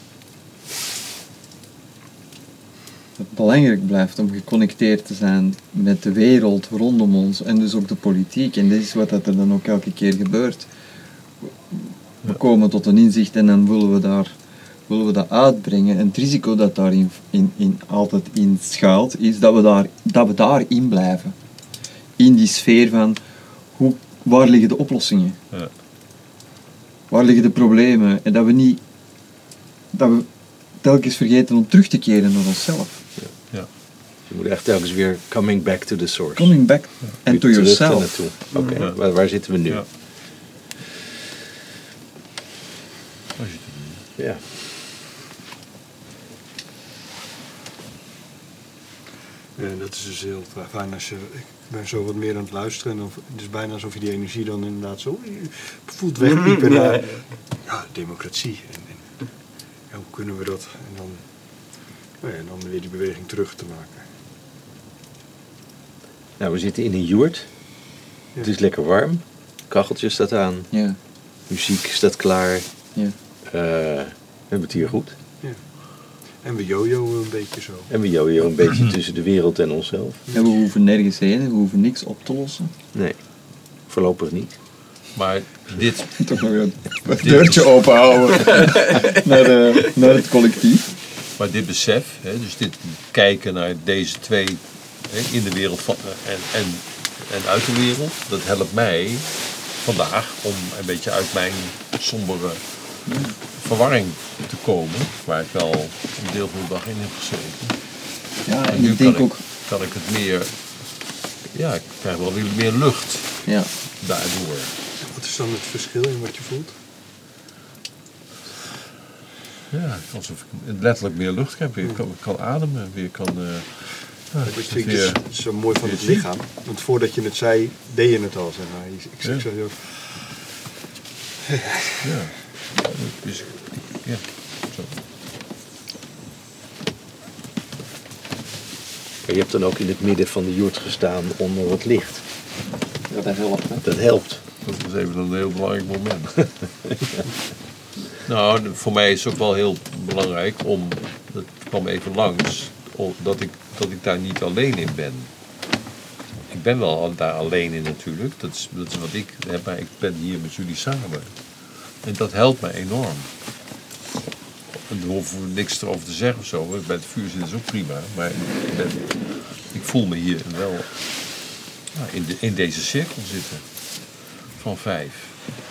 het belangrijk blijft om geconnecteerd te zijn met de wereld rondom ons en dus ook de politiek. En dit is wat dat er dan ook elke keer gebeurt. We komen tot een inzicht en dan willen we, daar, willen we dat uitbrengen. En het risico dat daarin in, in, altijd in schuilt, is dat we, daar, dat we daarin blijven. In die sfeer van, hoe, waar liggen de oplossingen? Ja. Waar liggen de problemen? En dat we niet, dat we telkens vergeten om terug te keren naar onszelf. Ja. Je moet echt telkens weer coming back to the source. Coming back and to Weer terug yourself. ernaartoe. Oké, Ja. waar, waar zitten we nu? Ja. Als je het doet. Ja. Ja, dat is dus heel fijn als je... Ik ben zo wat meer aan het luisteren en dan, het is bijna alsof je die energie dan inderdaad zo voelt wegpiepen Ja, naar... ja. Ja, democratie. En, en, ja, hoe kunnen we dat? En dan, nou ja, dan weer die beweging terug te maken. Nou, we zitten in een joert. Ja. Het is lekker warm. Kacheltje staat aan. Ja, Muziek staat klaar. ja. Eh, we hebben het hier goed. Ja. En we jojo een beetje zo. En we jojo een beetje tussen de wereld en onszelf. En we hoeven nergens heen, we hoeven niks op te lossen. Nee, voorlopig niet. Maar dit, Toch nog een een deurtje openhouden naar, de, naar het collectief. maar dit besef, hè, dus dit kijken naar deze twee hè, in de wereld van, en, en, en uit de wereld, dat helpt mij vandaag om een beetje uit mijn sombere verwarring te komen, waar ik wel een deel van de dag in heb gezeten. Ja, En en nu ik denk kan ik, ook, kan ik het meer, ja, ik krijg wel weer meer lucht ja, daardoor. Wat is dan het verschil in wat je voelt? Ja, alsof ik letterlijk meer lucht heb. Weer kan, kan ademen, weer kan... Uh, ja, dat vind ik dus zo mooi van het lichaam. Want voordat je het zei, deed je het al. Zeg maar. Ik, ik, ja. ik zeg zo... Ja. Dus, ja. Zo. Je hebt dan ook in het midden van de joert gestaan onder het licht. Ja, dat helpt. Hè? Dat helpt. Dat was even een heel belangrijk moment. Nou, voor mij is het ook wel heel belangrijk om, dat kwam even langs, dat ik, dat ik daar niet alleen in ben. Ik ben wel daar alleen in natuurlijk, dat is, dat is wat ik heb, maar ik ben hier met jullie samen. En dat helpt me enorm. En daar hoeven we niks erover te zeggen of zo, bij het vuur zitten is ook prima, maar ik, ben, ik voel me hier wel nou, in, de, in deze cirkel zitten van vijf.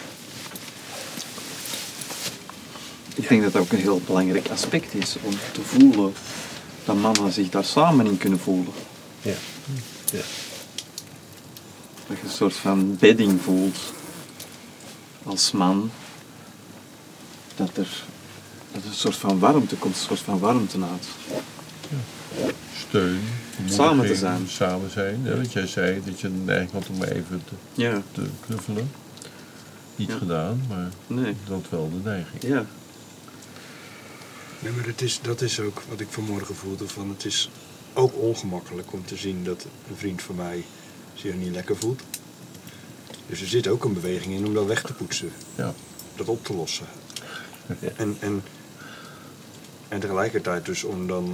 Ik denk dat dat ook een heel belangrijk aspect is om te voelen dat mannen zich daar samen in kunnen voelen. Ja. Ja. Dat je een soort van bedding voelt als man. Dat er, dat er een soort van warmte komt, een soort van warmte uit. Ja. Steun. Samen te zijn. Samen zijn. Hè? Wat jij zei, dat je een neiging had om even te, ja. te knuffelen. Niet ja. gedaan, maar nee. dat wel de neiging. Ja. Nee, maar het is, dat is ook wat ik vanmorgen voelde. Van het is ook ongemakkelijk om te zien dat een vriend van mij zich niet lekker voelt. Dus er zit ook een beweging in om dat weg te poetsen. Ja. Dat op te lossen. Ja. En, en, en tegelijkertijd dus om dan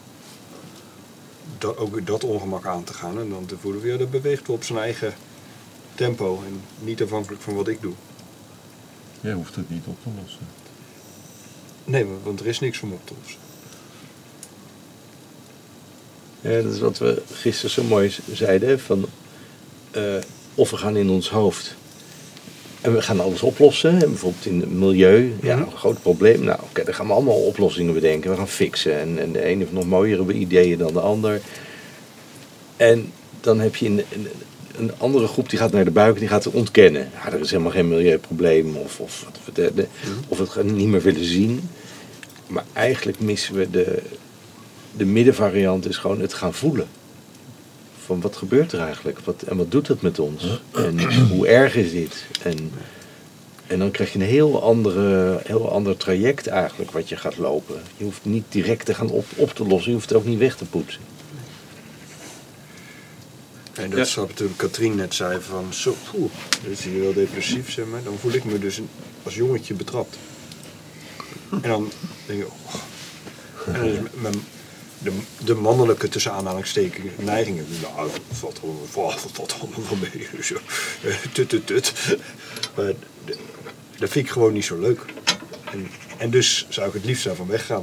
dat, ook dat ongemak aan te gaan. En dan te voelen van ja, dat beweegt wel op zijn eigen tempo. En niet afhankelijk van wat ik doe. Jij hoeft het niet op te lossen. Nee, want er is niks om op te lossen. Ja, dat is wat we gisteren zo mooi zeiden. Van, uh, of we gaan in ons hoofd. En we gaan alles oplossen. En bijvoorbeeld in het milieu. Ja, een groot probleem. Nou, oké, okay, dan gaan we allemaal oplossingen bedenken. We gaan fixen. En, en de ene heeft nog mooiere ideeën dan de ander. En dan heb je een, een, een andere groep die gaat naar de buik en die gaat het ontkennen. Ja, er is helemaal geen milieuprobleem. Of, of, de, de, of we het niet meer willen zien. Maar eigenlijk missen we de... De middenvariant is gewoon het gaan voelen. Van wat gebeurt er eigenlijk? Wat, en wat doet het met ons? En hoe erg is dit? En, en dan krijg je een heel, andere, heel ander traject eigenlijk wat je gaat lopen. Je hoeft niet direct te gaan op, op te lossen. Je hoeft het ook niet weg te poetsen. En dat is wat toen Katrien net zei van... Zo, poeh, dat is hier wel depressief, zeg maar. Dan voel ik me dus als jongetje betrapt. En dan denk ik... Oh. En dan is mijn... De, de mannelijke tussen aanhalingstekens neigingen. Nou, dat valt allemaal wel mee. Zo. Tut, tut, tut. Maar de, dat vind ik gewoon niet zo leuk. En, en dus zou ik het liefst daarvan weggaan.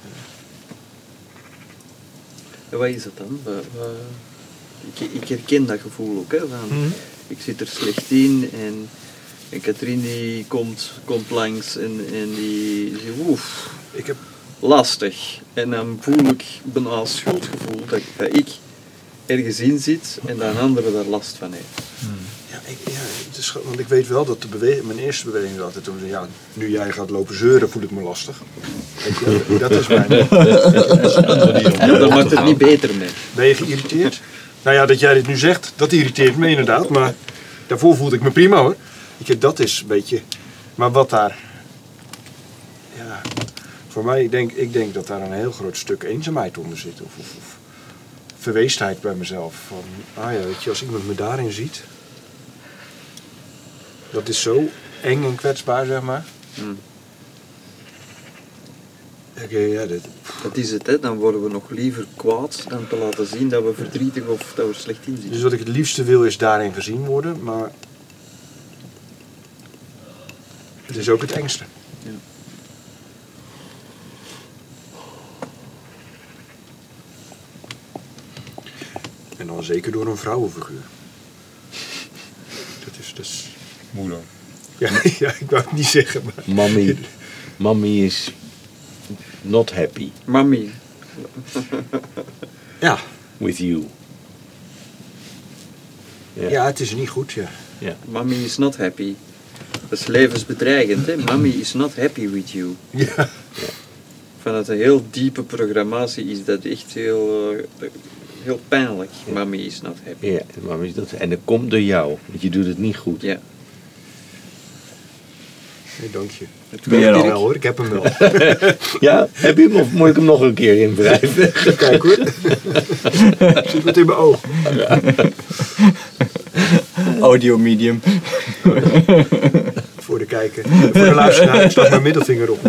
En wat is het dan? Uh, uh, ik, ik herken dat gevoel ook. Hè, van, mm-hmm. Ik zit er slecht in en, en Katrien die komt, komt langs en, en die zegt oef. Ik heb... lastig. En dan voel ik bijna schuldgevoel dat, dat ik ergens in zit en dat een andere daar last van heeft. Hmm. Ja, ik, ja het is, want ik weet wel dat de beweging, mijn eerste beweging was altijd toen ze, ja, nu jij gaat lopen zeuren voel ik me lastig. Ik, dat is mijn... Ja, dat maakt het niet beter mee. Ben je geïrriteerd? Nou ja, dat jij dit nu zegt, dat irriteert me inderdaad, maar daarvoor voelde ik me prima hoor. Ik, dat is een beetje... Maar wat daar... Ja... Voor mij, ik denk, ik denk dat daar een heel groot stuk eenzaamheid onder zit. Of, of, of verweesdheid bij mezelf. Van, ah ja, weet je, als iemand me daarin ziet. Dat is zo eng en kwetsbaar, zeg maar. Hmm. Okay, ja, dit. Dat is het, hè. Dan worden we nog liever kwaad dan te laten zien dat we verdrietig of dat we slecht in zitten. Dus wat ik het liefste wil is daarin gezien worden, maar het is ook het engste. Ja. En dan zeker door een vrouwenfiguur. Dat is dus... Moeder. Ja, ja, ik wou het niet zeggen, maar... Mommy, mommy is not happy. Mommy. Ja. With you. Ja. Ja, het is niet goed, ja. Ja. Mommy is not happy. Dat is levensbedreigend, hè. Mommy is not happy with you. Ja. Ja. vanuit een heel diepe programmatie is dat echt heel, uh, heel pijnlijk. Ja. Mommy is not happy. Ja, maar is dat, en dat komt door jou, want je doet het niet goed. Ja. Nee, dank je. Ben je Ik er wel al? hoor, ik heb hem wel. Ja, heb je hem of moet ik hem nog een keer inwrijven? Kijk hoor. Zit wat in mijn oog. Audio medium. Voor de kijker. Voor de luisteraar, ik stak mijn middelvinger op. Maar,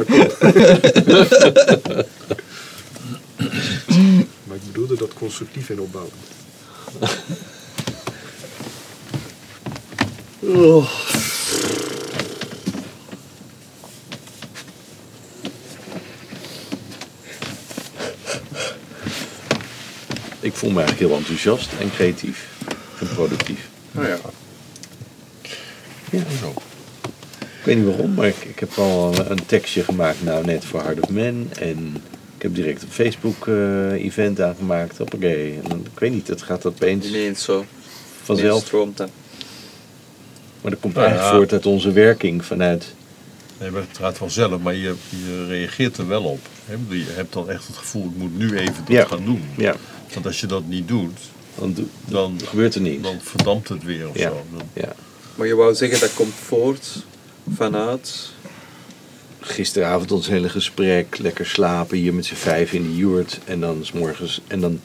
maar ik bedoelde dat constructief en opbouwend. Oh. Ik voel me eigenlijk heel enthousiast en creatief en productief. Nou ja. Ja, zo. Ik weet niet waarom, maar ik, ik heb al een tekstje gemaakt nou net voor Heart of Man. En ik heb direct een Facebook-event aangemaakt. Hoppakee. En dan, ik weet niet, het gaat opeens Ineens zo. vanzelf. Ineens stroomt dat. Maar dat komt Nou ja. eigenlijk voort uit onze werking vanuit... Nee, maar het gaat vanzelf, maar je, je reageert er wel op. Hè? Je hebt dan echt het gevoel, ik moet nu even dat Ja. gaan doen. Ja, Want als je dat niet doet, dan, doe- dan, gebeurt er niets. dan verdampt het weer of Ja. zo. Dan, Ja. Maar je wou zeggen dat komt voort vanuit... Gisteravond ons hele gesprek, lekker slapen hier met z'n vijf in de yurt. En dan 's morgens... En dan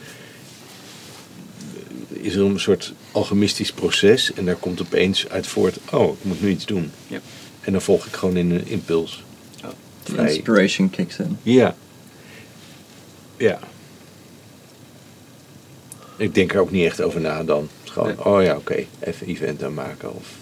is er een soort alchemistisch proces. En daar komt opeens uit voort, oh, ik moet nu iets doen. Ja. En dan volg ik gewoon in een impuls. The Vrij. inspiration kicks in. Ja. Ja. Ik denk er ook niet echt over na dan. Het is gewoon, Nee. oh ja, oké, even event aanmaken. Of...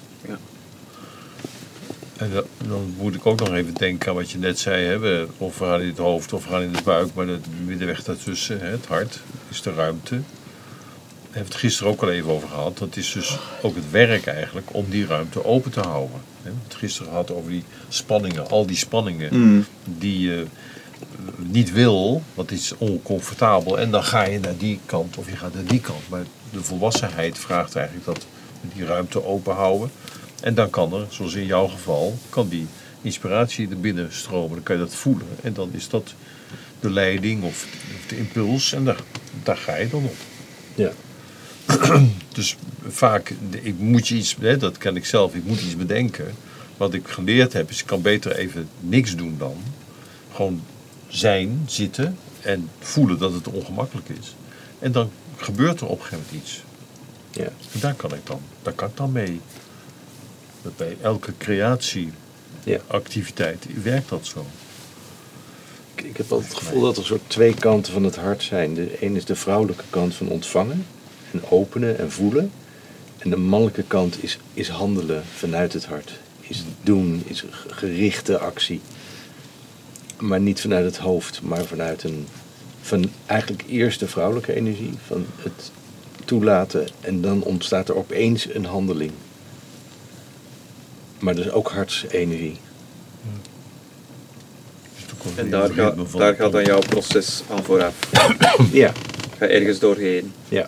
En dat- dan moet ik ook nog even denken aan wat je net zei. Hè? We- Of we gaan in het hoofd of we gaan in de buik. Maar de middenweg daartussen, hè? Het hart, is de ruimte. Daar hebben we het gisteren ook al even over gehad. Dat is dus ook het werk eigenlijk om die ruimte open te houden. Hè? We hebben het gisteren gehad over die spanningen. Al die spanningen Mm. die je niet wil. Want het is oncomfortabel. En dan ga je naar die kant of je gaat naar die kant. Maar de volwassenheid vraagt eigenlijk dat we die ruimte open houden. En dan kan er, zoals in jouw geval, kan die inspiratie er binnen stromen. Dan kan je dat voelen. En dan is dat de leiding of, of de impuls. En daar, daar ga je dan op. Ja. Dus vaak, ik moet je iets, hè, dat ken ik zelf, ik moet iets bedenken. Wat ik geleerd heb, is ik kan beter even niks doen dan. Gewoon zijn, zitten en voelen dat het ongemakkelijk is. En dan gebeurt er op een gegeven moment iets. Ja. En daar kan ik dan, daar kan ik dan mee. Dat bij elke creatieactiviteit Ja. werkt dat zo. Ik, ik heb altijd het gevoel dat er soort twee kanten van het hart zijn. De een is de vrouwelijke kant van ontvangen en openen en voelen. En de mannelijke kant is, is handelen vanuit het hart. Is doen, is gerichte actie. Maar niet vanuit het hoofd, maar vanuit een... Van eigenlijk eerst de vrouwelijke energie, van het toelaten. En dan ontstaat er opeens een handeling. Maar dus ook hartsenergie. Dus toen kon ik En weer daar, het gaat ritme van daar de gaat dan kant. jouw proces aan vooraf. Ja, Ga ergens doorheen. ja.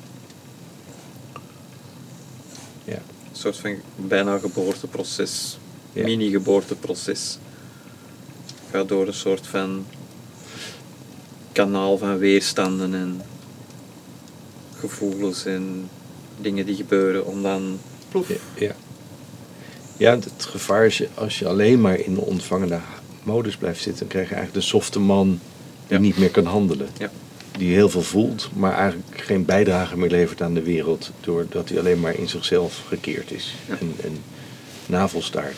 Ja. Een soort van bijna geboorteproces. Ja. Mini-geboorteproces. Ga door een soort van kanaal van weerstanden en gevoelens en dingen die gebeuren om dan ploef. Ja, ja. Ja, het gevaar is je, als je alleen maar in de ontvangende modus blijft zitten, dan krijg je eigenlijk de softe man die Ja. niet meer kan handelen. Ja. Die heel veel voelt, maar eigenlijk geen bijdrage meer levert aan de wereld, doordat hij alleen maar in zichzelf gekeerd is Ja. en, en navelstaart.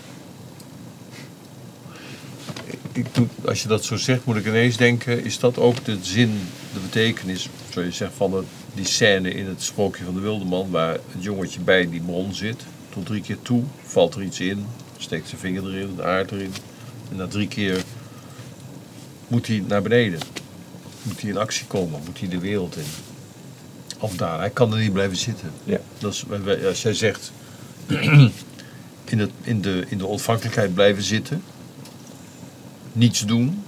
Ik doe- als je dat zo zegt, moet ik ineens denken, is dat ook de zin, de betekenis, zoals je zegt, van het, die scène in het Sprookje van de Wildeman, waar het jongetje bij die bron zit, tot drie keer toe, valt er iets in, steekt zijn vinger erin, de aard erin, en na drie keer moet hij naar beneden. Moet hij in actie komen, moet hij de wereld in. Of daar, hij kan er niet blijven zitten. Ja. Dat is, als jij zegt, in, het, in, de, in de ontvankelijkheid blijven zitten, niets doen.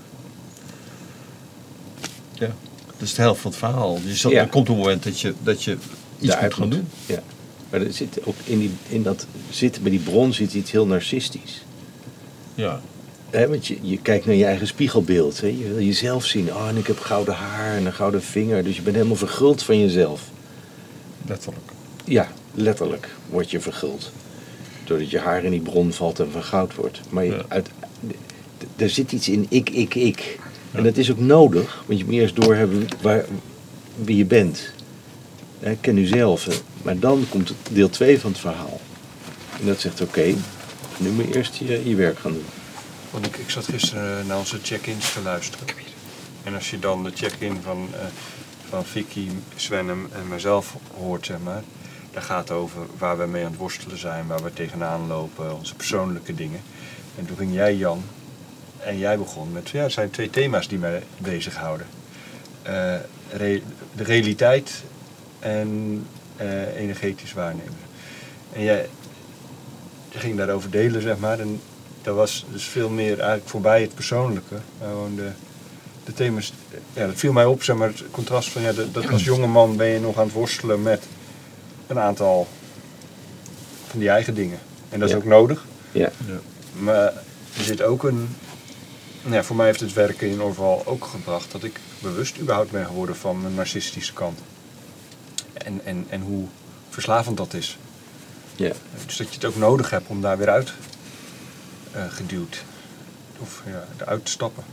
Ja, dat is de helft van het verhaal. Dus dat, Ja. er komt een moment dat je, dat je iets Daaruit moet gaan moet. doen. Ja. Maar er zit ook in, die, in dat zitten bij die bron zit iets heel narcistisch. Ja. Hè, want je, je kijkt naar je eigen spiegelbeeld. Hè? Je wil jezelf zien. Oh, en ik heb gouden haar en een gouden vinger. Dus je bent helemaal verguld van jezelf. Letterlijk. Ja, letterlijk word je verguld. Doordat je haar in die bron valt en van goud wordt. Maar je, Ja. uit, d- er zit iets in ik, ik, ik. En dat is ook nodig. Want je moet eerst doorhebben waar, wie je bent. Hè, ken u zelf. Hè. Maar dan komt het deel twee van het verhaal. En dat zegt oké, nu moet je eerst je, je werk gaan doen. Want ik, ik zat gisteren naar onze check-ins te luisteren. En als je dan de check-in van, uh, van Vicky, Svennem en mezelf hoort, zeg maar. Dat gaat over waar we mee aan het worstelen zijn, waar we tegenaan lopen, onze persoonlijke dingen. En toen ging jij, Jan, en jij begon met, ja, er zijn twee thema's die mij bezighouden. Uh, re- de realiteit en uh, energetisch waarnemen. En jij, je ging daarover delen, zeg maar. En dat was dus veel meer eigenlijk voorbij het persoonlijke. Gewoon de, de thema's, ja, dat viel mij op, zeg maar, het contrast van, ja, dat, dat als jonge man ben je nog aan het worstelen met een aantal van die eigen dingen. En dat is Ja. ook nodig. Ja. Ja. Maar er zit ook een, nou ja, voor mij heeft het werken in Orval ook gebracht dat ik bewust überhaupt ben geworden van mijn narcistische kant. En, en, en hoe verslavend dat is. Ja. Dus dat je het ook nodig hebt om daar weer uit uh, geduwd. Of ja, eruit te stappen.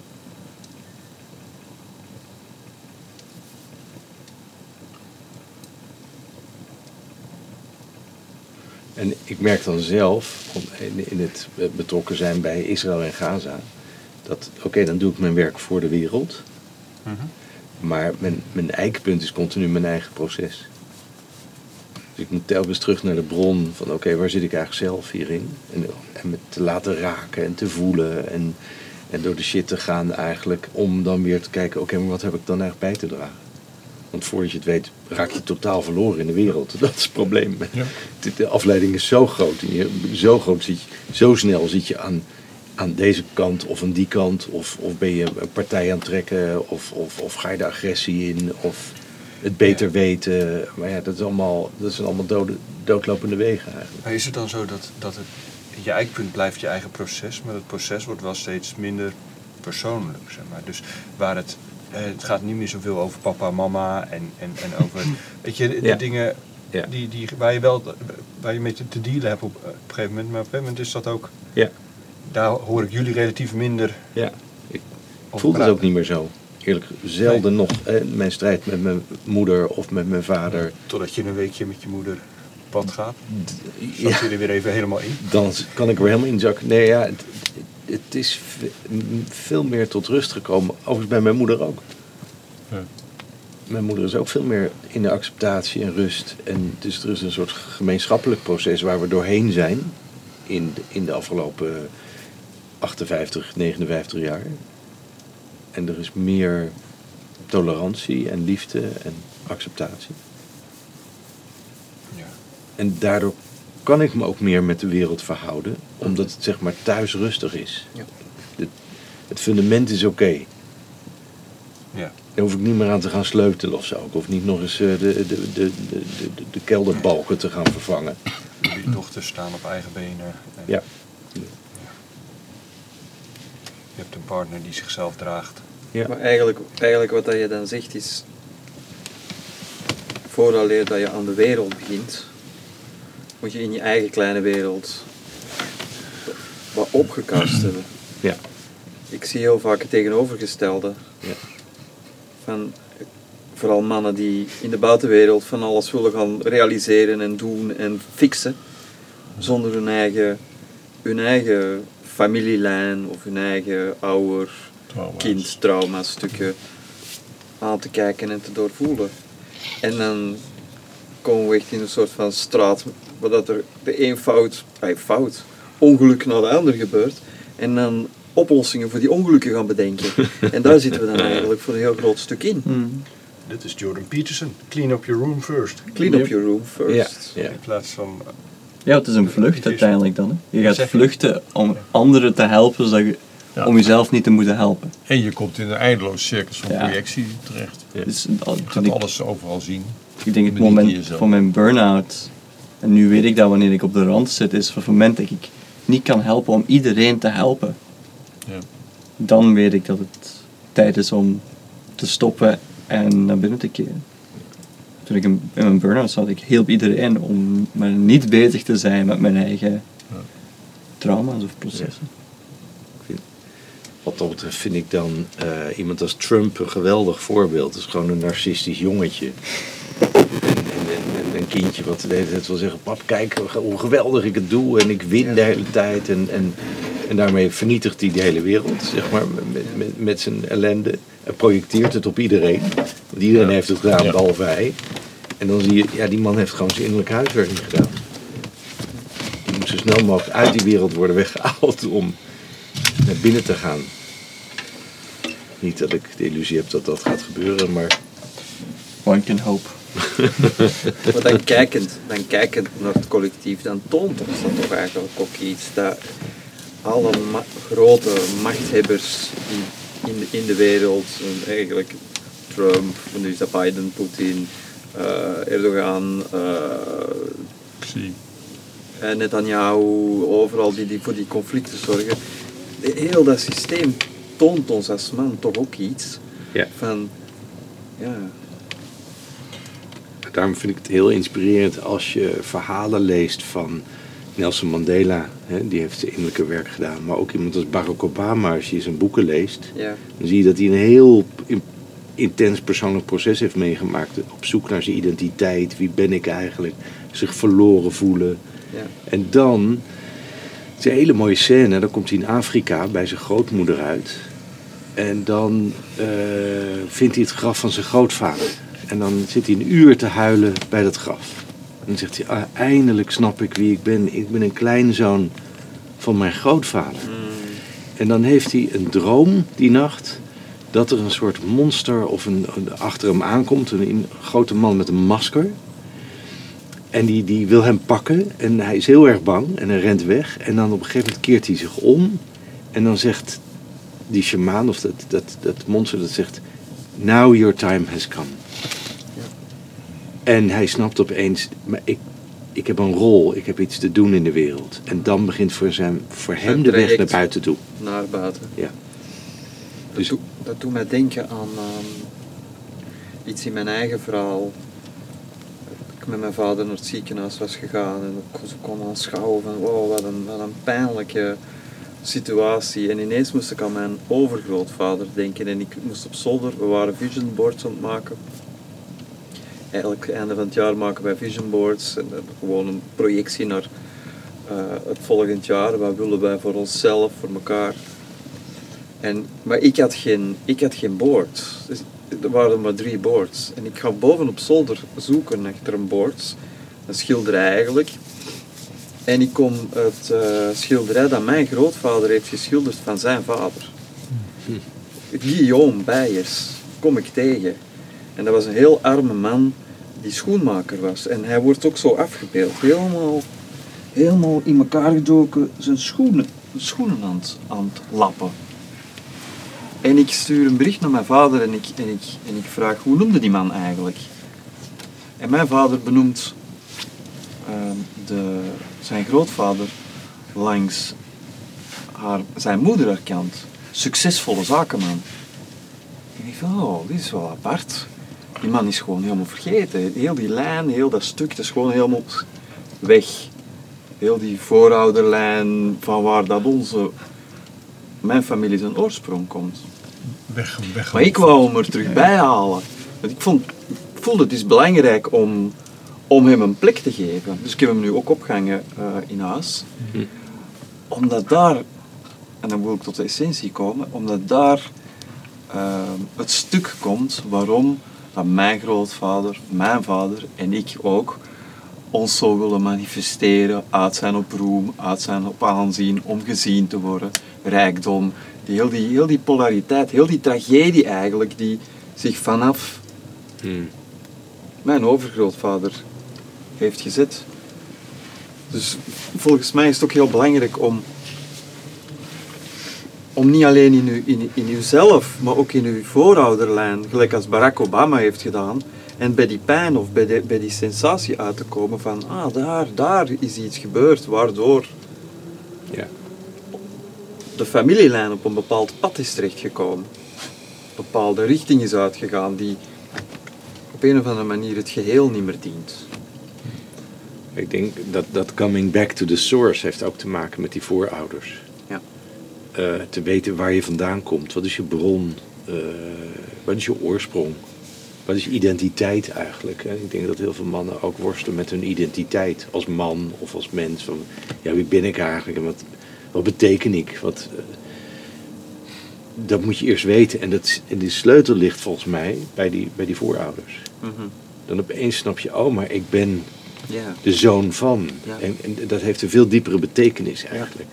En ik merk dan zelf, om- in, in het betrokken zijn bij Israël en Gaza, dat oké, dan doe ik mijn werk voor de wereld. Mm-hmm. Maar mijn, mijn eikpunt is continu mijn eigen proces. Dus ik moet telkens terug naar de bron van oké, waar zit ik eigenlijk zelf hierin? En, en met te laten raken en te voelen en, en door de shit te gaan eigenlijk, om dan weer te kijken, oké, maar wat heb ik dan eigenlijk bij te dragen? Want voordat je het weet, raak je totaal verloren in de wereld. Dat is het probleem. Ja. De- De afleiding is zo groot. En je, zo groot zit je, zo snel zit je aan, aan deze kant of aan die kant. Of, of ben je een partij aan het trekken. Of, of, of ga je de agressie in. Of het beter Ja. weten. Maar ja, dat, is allemaal, dat zijn allemaal dode, doodlopende wegen eigenlijk. Maar is het dan zo dat, dat het, je eikpunt blijft je eigen proces, maar het proces wordt wel steeds minder persoonlijk, zeg maar. Dus waar het, eh, het gaat niet meer zoveel over papa, mama en, en, en over, weet je, de Ja. dingen Ja. die, die, waar je wel, waar je mee te, te dealen hebt op, op een gegeven moment. Maar op een gegeven moment is dat ook, Ja. daar hoor ik jullie relatief minder Ja. Ik over voel het praten. ook niet meer zo. Eerlijk, zelden nog. Eh, mijn strijd met mijn moeder of met mijn vader. Totdat je een weekje met je moeder op pad gaat. Ja. Zat je er weer even helemaal in. Dan kan ik er weer helemaal inzakken. Nee, ja, het, het is ve- m- veel meer tot rust gekomen. Overigens bij mijn moeder ook. Ja. Mijn moeder is ook veel meer in de acceptatie en rust. En dus er is een soort gemeenschappelijk proces waar we doorheen zijn. In de, in de afgelopen achtenvijftig, negenenvijftig jaar. En er is meer tolerantie en liefde en acceptatie. Ja. En daardoor kan ik me ook meer met de wereld verhouden, omdat het zeg maar thuis rustig is. Ja. De- het fundament is oké. Ja. Daar hoef ik niet meer aan te gaan sleutelen of zo. Ik hoef niet nog eens eh, de, de, de, de, de, de, de kelderbalken te gaan vervangen. Jullie dochters staan op eigen benen. En Ja. Je hebt een partner die zichzelf draagt. Ja. Maar eigenlijk, eigenlijk wat dat je dan zegt is, vooraleer dat je aan de wereld begint, moet je in je eigen kleine wereld wat opgekast hebben. Ja. Ik zie heel vaak het tegenovergestelde. Ja. Van, vooral mannen die in de buitenwereld van alles willen gaan realiseren en doen en fixen, zonder hun eigen, hun eigen familielijn of hun eigen ouder, Trauma's. kind, trauma stukken aan te kijken en te doorvoelen. En dan komen we echt in een soort van straat waar dat er de een fout, bij fout, ongeluk na de ander gebeurt. En dan oplossingen voor die ongelukken gaan bedenken. En daar zitten we dan eigenlijk voor een heel groot stuk in. Hmm. Dit is Jordan Peterson. Clean up your room first. Clean up your room first. Ja. In plaats van... Ja, het is een vlucht uiteindelijk dan. Hè. Je gaat Zeg je? vluchten om anderen te helpen, zodat je, Ja. om jezelf niet te moeten helpen. En je komt in een eindeloze cirkel van Ja. projectie terecht. Ja. Dus, Je toen gaat ik, alles overal zien. ik denk het Maar niet in moment jezelf. van mijn burn-out, en nu weet ik dat wanneer ik op de rand zit, is het moment dat ik niet kan helpen om iedereen te helpen. Ja. dan weet ik dat het tijd is om te stoppen en naar binnen te keren. Toen ik in, in mijn burn-out zat, ik hielp iedereen om maar niet bezig te zijn met mijn eigen Ja. trauma's of processen. Wat dat betreft vind ik dan uh, iemand als Trump een geweldig voorbeeld. Het is gewoon een narcistisch jongetje. En, en, en een kindje wat de hele tijd wil zeggen... Pap, kijk hoe geweldig ik het doe en ik win de hele tijd. En, en, en daarmee vernietigt hij de hele wereld, zeg maar, met, met, met zijn ellende. En projecteert het op iedereen. Want iedereen Ja. heeft het gedaan, Ja. behalve hij. En dan zie je, ja, die man heeft gewoon zijn innerlijke huiswerk niet gedaan. Die moet zo snel mogelijk uit die wereld worden weggehaald om naar binnen te gaan. Niet dat ik de illusie heb dat dat gaat gebeuren, maar... One can hope. Maar dan kijkend, dan kijkend naar het collectief, dan toont ons dat toch eigenlijk ook iets. Dat alle ma- grote machthebbers in, in, de, in de wereld, en eigenlijk Trump, nu is dat Biden, Poetin, uh, Erdogan, uh, Zie. en Netanyahu, overal die, die voor die conflicten zorgen. Heel dat systeem toont ons als man toch ook iets Ja. van, ja... Daarom vind ik het heel inspirerend als je verhalen leest van Nelson Mandela. Hè, die heeft zijn innerlijke werk gedaan. Maar ook iemand als Barack Obama, als je zijn boeken leest. Ja. Dan zie je dat hij een heel in- intens persoonlijk proces heeft meegemaakt. Op zoek naar zijn identiteit. Wie ben ik eigenlijk? Zich verloren voelen. Ja. En dan, het is een hele mooie scène. Dan komt hij in Afrika bij zijn grootmoeder uit. En dan uh, vindt hij het graf van zijn grootvader. En dan zit hij een uur te huilen bij dat graf. En dan zegt hij, ah, eindelijk snap ik wie ik ben. Ik ben een kleinzoon van mijn grootvader. Mm. En dan heeft hij een droom die nacht... dat er een soort monster of een, een, achter hem aankomt. Een, een grote man met een masker. En die, die wil hem pakken. En hij is heel erg bang en hij rent weg. En dan op een gegeven moment keert hij zich om. En dan zegt die shamaan of dat, dat, dat monster dat zegt... Now your time has come. En hij snapt opeens, maar ik, ik heb een rol, ik heb iets te doen in de wereld. En dan begint voor, zijn, voor hem Zijn de weg traject. naar buiten toe. Naar buiten. Ja. Dat, Dus- doet, dat doet mij denken aan um, iets in mijn eigen verhaal. Ik met mijn vader naar het ziekenhuis was gegaan en ik kon, kon aanschouwen van wow, wat een, wat een pijnlijke situatie. En ineens moest ik aan mijn overgrootvader denken en ik moest op zolder, we waren vision boards aan het maken. Elk einde van het jaar maken wij vision boards en dat gewoon een projectie naar uh, het volgend jaar. Wat willen wij voor onszelf, voor elkaar. En, maar ik had geen, ik had geen board. Dus er waren maar drie boards. En ik ga boven op zolder zoeken achter een board. Een schilderij eigenlijk. En ik kom het uh, schilderij dat mijn grootvader heeft geschilderd van zijn vader. Guillaume Beyers kom ik tegen. En dat was een heel arme man die schoenmaker was. En hij wordt ook zo afgebeeld. Helemaal, helemaal in elkaar gedoken zijn schoenen, schoenen aan, het, aan het lappen. En ik stuur een bericht naar mijn vader en ik, en, ik, en ik vraag hoe noemde die man eigenlijk? En mijn vader benoemt uh, de, zijn grootvader langs haar, zijn moeder haar kant. Succesvolle zakenman. En ik dacht, oh, dit is wel apart. Die man is gewoon helemaal vergeten. Heel die lijn, heel dat stuk, dat is gewoon helemaal weg. Heel die voorouderlijn van waar dat onze, mijn familie zijn oorsprong komt. Weg, weg. Maar ik wou hem er terug bij halen. Want ik, vond, ik voelde het is belangrijk om, om hem een plek te geven. Dus ik heb hem nu ook opgehangen uh, in huis. Hm. Omdat daar, en dan wil ik tot de essentie komen, omdat daar uh, het stuk komt waarom dat mijn grootvader, mijn vader en ik ook ons zo willen manifesteren uit zijn op roem, uit zijn op aanzien, om gezien te worden, rijkdom. Die, heel, die, heel die polariteit, heel die tragedie eigenlijk, die zich vanaf Hmm. mijn overgrootvader heeft gezet. Dus volgens mij is het ook heel belangrijk om, om niet alleen in, u, in, in uzelf, maar ook in uw voorouderlijn, gelijk als Barack Obama heeft gedaan, en bij die pijn of bij, de, bij die sensatie uit te komen van, ah, daar, daar is iets gebeurd, waardoor Ja. de familielijn op een bepaald pad is terechtgekomen. Een bepaalde richting is uitgegaan die op een of andere manier het geheel niet meer dient. Ik denk dat dat coming back to the source heeft ook te maken met die voorouders. Ja. Uh, te weten waar je vandaan komt. Wat is je bron? Uh, wat is je oorsprong? Wat is je identiteit eigenlijk? Hè? Ik denk dat heel veel mannen ook worstelen met hun identiteit. Als man of als mens. Van, ja, wie ben ik eigenlijk? En wat, wat beteken ik? Wat, uh, dat moet je eerst weten. En, dat, en die sleutel ligt volgens mij bij die, bij die voorouders. Mm-hmm. Dan opeens snap je, oh, maar ik ben Ja. de zoon van. Ja. En, en dat heeft een veel diepere betekenis eigenlijk.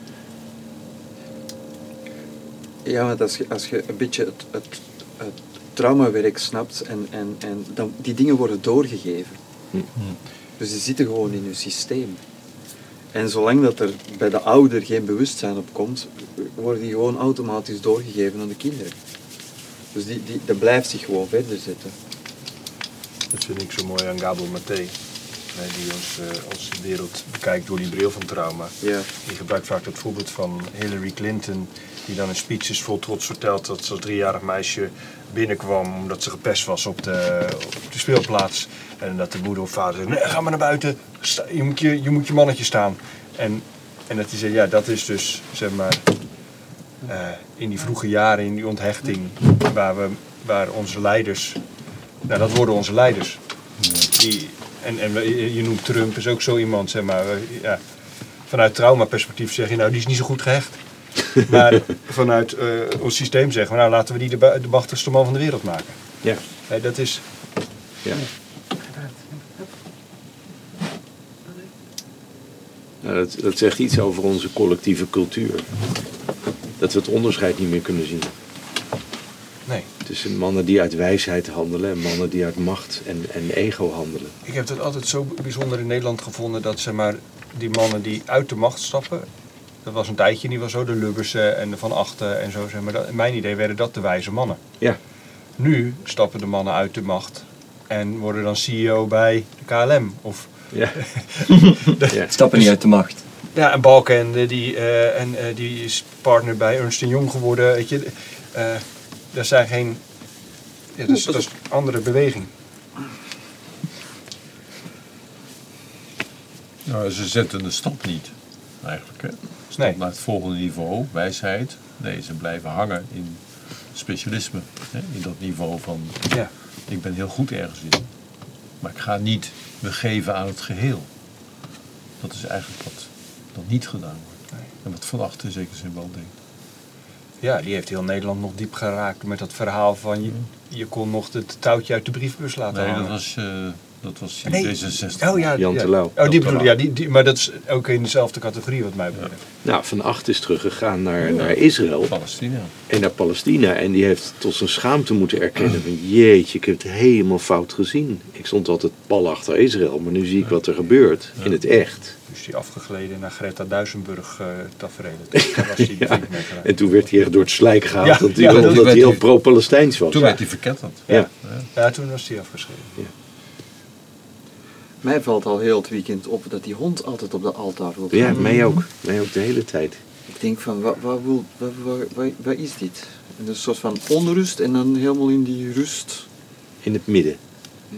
Ja, want als je, als je een beetje het, het, het traumawerk snapt en, en, en dan, die dingen worden doorgegeven. Hm. Dus die zitten gewoon in je systeem. En zolang dat er bij de ouder geen bewustzijn op komt, worden die gewoon automatisch doorgegeven aan de kinderen. Dus die, die, dat blijft zich gewoon verder zetten. Dat vind ik zo mooi aan Gabor Maté. Nee, die ons, uh, onze wereld bekijkt door die bril van trauma. Ja. Die gebruikt vaak het voorbeeld van Hillary Clinton, die dan in speeches vol trots vertelt dat ze als driejarig meisje binnenkwam omdat ze gepest was op de, op de speelplaats. En dat de moeder of vader zei, nee, ga maar naar buiten, sta, je, moet je, je moet je mannetje staan. En, en dat hij zei, ja, dat is dus, zeg maar, uh, in die vroege jaren, in die onthechting, waar, we, waar onze leiders, nou dat worden onze leiders. Die, en, en je noemt Trump, is ook zo iemand, zeg maar, ja, vanuit traumaperspectief zeg je, nou die is niet zo goed gehecht. Maar vanuit uh, ons systeem zeggen we, nou laten we die de, de machtigste man van de wereld maken. Ja. Nee, dat is... Ja. Nou, dat, dat zegt iets over onze collectieve cultuur. Dat we het onderscheid niet meer kunnen zien. Nee. Tussen mannen die uit wijsheid handelen en mannen die uit macht en, en ego handelen. Ik heb het altijd zo bijzonder in Nederland gevonden dat, zeg maar, die mannen die uit de macht stappen, dat was een tijdje in ieder geval zo, de Lubbersen en de Van Achten en zo, zeg maar. Dat, in mijn idee werden dat de wijze mannen. Ja. Nu stappen de mannen uit de macht en worden dan C E O bij de K L M. Of, Ja. Ja. Stappen niet uit de macht. ja, en Balkenende, die, uh, en, uh, die is partner bij Ernst Young geworden. Weet je, uh, dat zijn geen... Ja, dat, is, dat is een andere beweging. Nou, ze zetten de stap niet, eigenlijk. Hè. Stap Nee. naar het volgende niveau, wijsheid. Nee, ze blijven hangen in specialisme. Hè, in dat niveau van, Ja. ik ben heel goed ergens in. Maar ik ga niet me geven aan het geheel. Dat is eigenlijk wat dan niet gedaan wordt. Nee. En wat Van Achten in zekere zin wel denkt. Ja, die heeft heel Nederland nog diep geraakt met dat verhaal van je, je kon nog het touwtje uit de briefbus laten Nee, hangen. dat was, uh, dat was Nee. D zesenzestig. Oh ja, Jan ja. Terlouw. Oh, die bedoel ik, ja, die, die, maar dat is ook in dezelfde categorie wat mij betreft. Nou, Van Acht is teruggegaan naar, naar Israël Palestina. en naar Palestina. En die heeft tot zijn schaamte moeten erkennen van jeetje, ik heb het helemaal fout gezien. Ik stond altijd pal achter Israël, maar nu zie ik wat er gebeurt in het echt. Dus die afgegleden naar Greta Duisenburg uh, tafereel. Daar was die Ja. niet mee geraakt. En toen werd hij echt door het slijk gehaald, Ja, dat hij, ja, omdat toen hij werd heel hij- pro-Palestijns was. Toen werd hij verketterd. Ja. Ja, toen was die afgeschreven. Mij valt al heel het weekend op dat die hond altijd op de altaar wil. Ja, mij ook. Mij ook de hele tijd. Ik denk van, wat, wat, wil, wat, wat, wat, wat is dit? En een soort van onrust en dan helemaal in die rust. In het midden. Ja,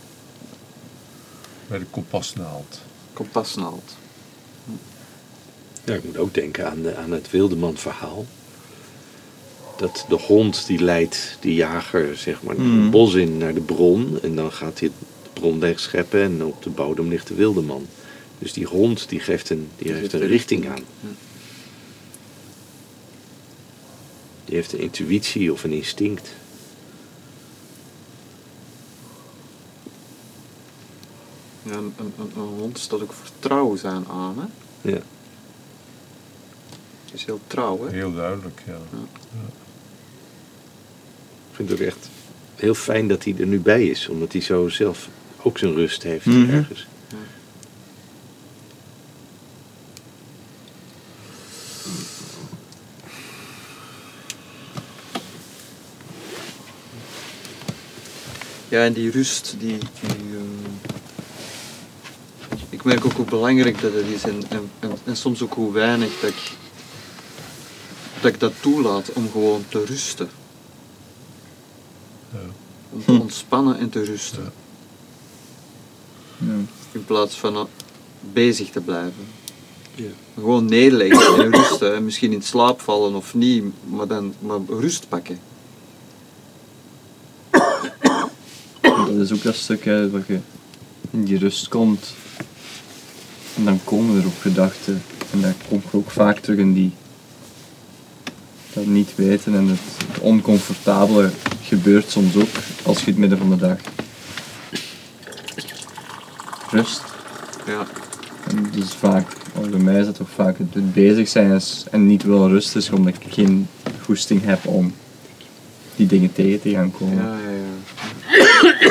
Bij de kompasnaald. kompasnaald. Ja, ik moet ook denken aan, de, aan het Wildeman verhaal. Dat de hond die leidt de jager zeg maar, Mm. het bos in naar de bron. En dan gaat hij de bron wegscheppen en op de bodem ligt de wildeman. Dus die hond die geeft een, die heeft een richting aan. Ja. Die heeft een intuïtie of een instinct. Ja, een, een, een, een hond staat ook voor trouw zijn aan, hè? Ja. Het is heel trouw, hè? Heel duidelijk, ja. Ik vind het ook echt heel fijn dat hij er nu bij is. Omdat hij zo zelf ook zijn rust heeft Mhm. ergens. Ja, en die rust, die... die uh, ik merk ook hoe belangrijk dat het is en, en, en, en soms ook hoe weinig dat ik dat ik dat toelaat om gewoon te rusten. Ja. Om te ontspannen en te rusten. Ja. Ja. In plaats van uh, bezig te blijven. Ja. Gewoon nederleggen en rusten. En misschien in slaap vallen of niet, maar dan maar rust pakken. Dat is ook dat stuk hè, dat je in die rust komt. En dan komen er ook gedachten. En dat komt ook vaak terug in die... Dat niet weten en het, het oncomfortabele gebeurt soms ook als je het midden van de dag... Rust. Ja. En dus vaak, bij mij is dat toch vaak het, het bezig zijn is, en niet willen rusten is omdat ik geen goesting heb om die dingen tegen te gaan komen. Ja, ja, ja.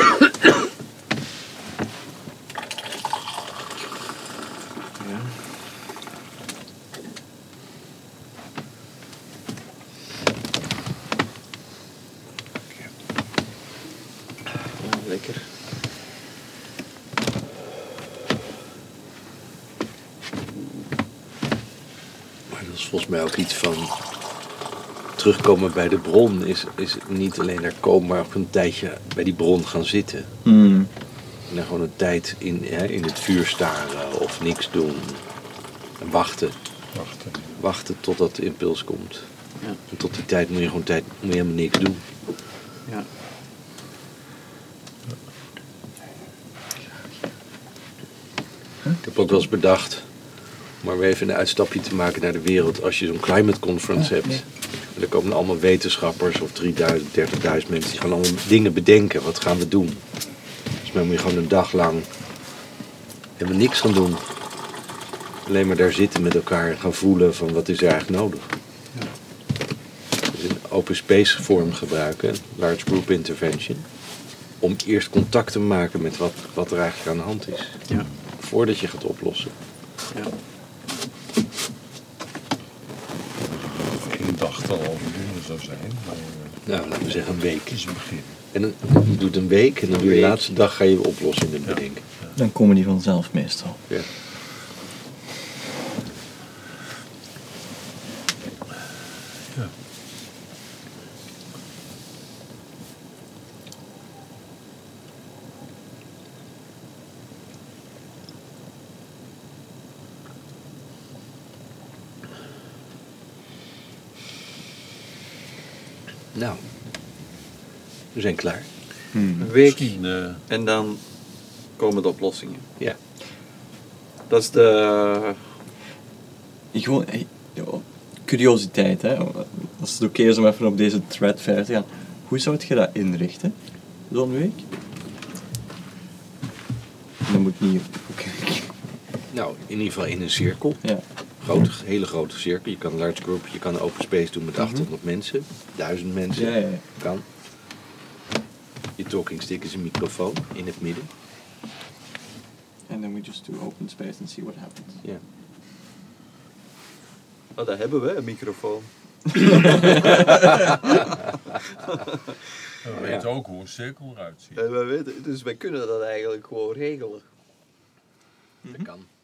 Ja, lekker. Maar dat is volgens mij ook iets van terugkomen bij de bron. Is, is niet alleen daar komen, maar ook een tijdje bij die bron gaan zitten. Hmm. En dan gewoon een tijd in, hè, in het vuur staren of niks doen. En wachten. Wachten. Wachten totdat de impuls komt. Ja. En tot die tijd moet je gewoon tijd, moet je helemaal niks doen. Ja. Ik heb ook wel eens bedacht, om maar weer even een uitstapje te maken naar de wereld. Als je zo'n climate conference hebt, en er komen allemaal wetenschappers of drieduizend, dertigduizend mensen die gaan allemaal dingen bedenken. Wat gaan we doen? Dus dan moet je gewoon een dag lang helemaal niks gaan doen. Alleen maar daar zitten met elkaar en gaan voelen van wat is er eigenlijk nodig. Ja. Dus een open space vorm gebruiken, large group intervention. Om eerst contact te maken met wat, wat er eigenlijk aan de hand is. Ja. Voordat je gaat oplossen. Ja. Eén dag dan al voldoende zou zijn. Maar eh, Nou, laten we zeggen een week. is een begin. En dan je doet een week en dan doe je de week. laatste dag ga je oplossingen Ja. bedenken. Dan komen die vanzelf meestal. Ja. Ja. Nou, we zijn klaar. Hmm. Een week Misschien eh, en dan komen de oplossingen. Ja. Dat is de... Ik gewoon, hey, ja, curiositeit, hè. Als het oké is om even op deze thread verder te gaan. Hoe zou je dat inrichten, zo'n week? Dat moet niet... oké. Nou, in ieder geval in een cirkel. Ja. Grote, hele grote cirkel. Je kan een large group, je kan een open space doen met achthonderd mensen. duizend mensen. Ja, ja, ja. Kan. Je talking stick is een microfoon in het midden. And then we just do open space and see what happens. Ja. Oh, daar hebben we, een microfoon. we weten ook hoe een cirkel eruit ziet. En wij weten, dus wij kunnen dat eigenlijk gewoon regelen. Dat kan.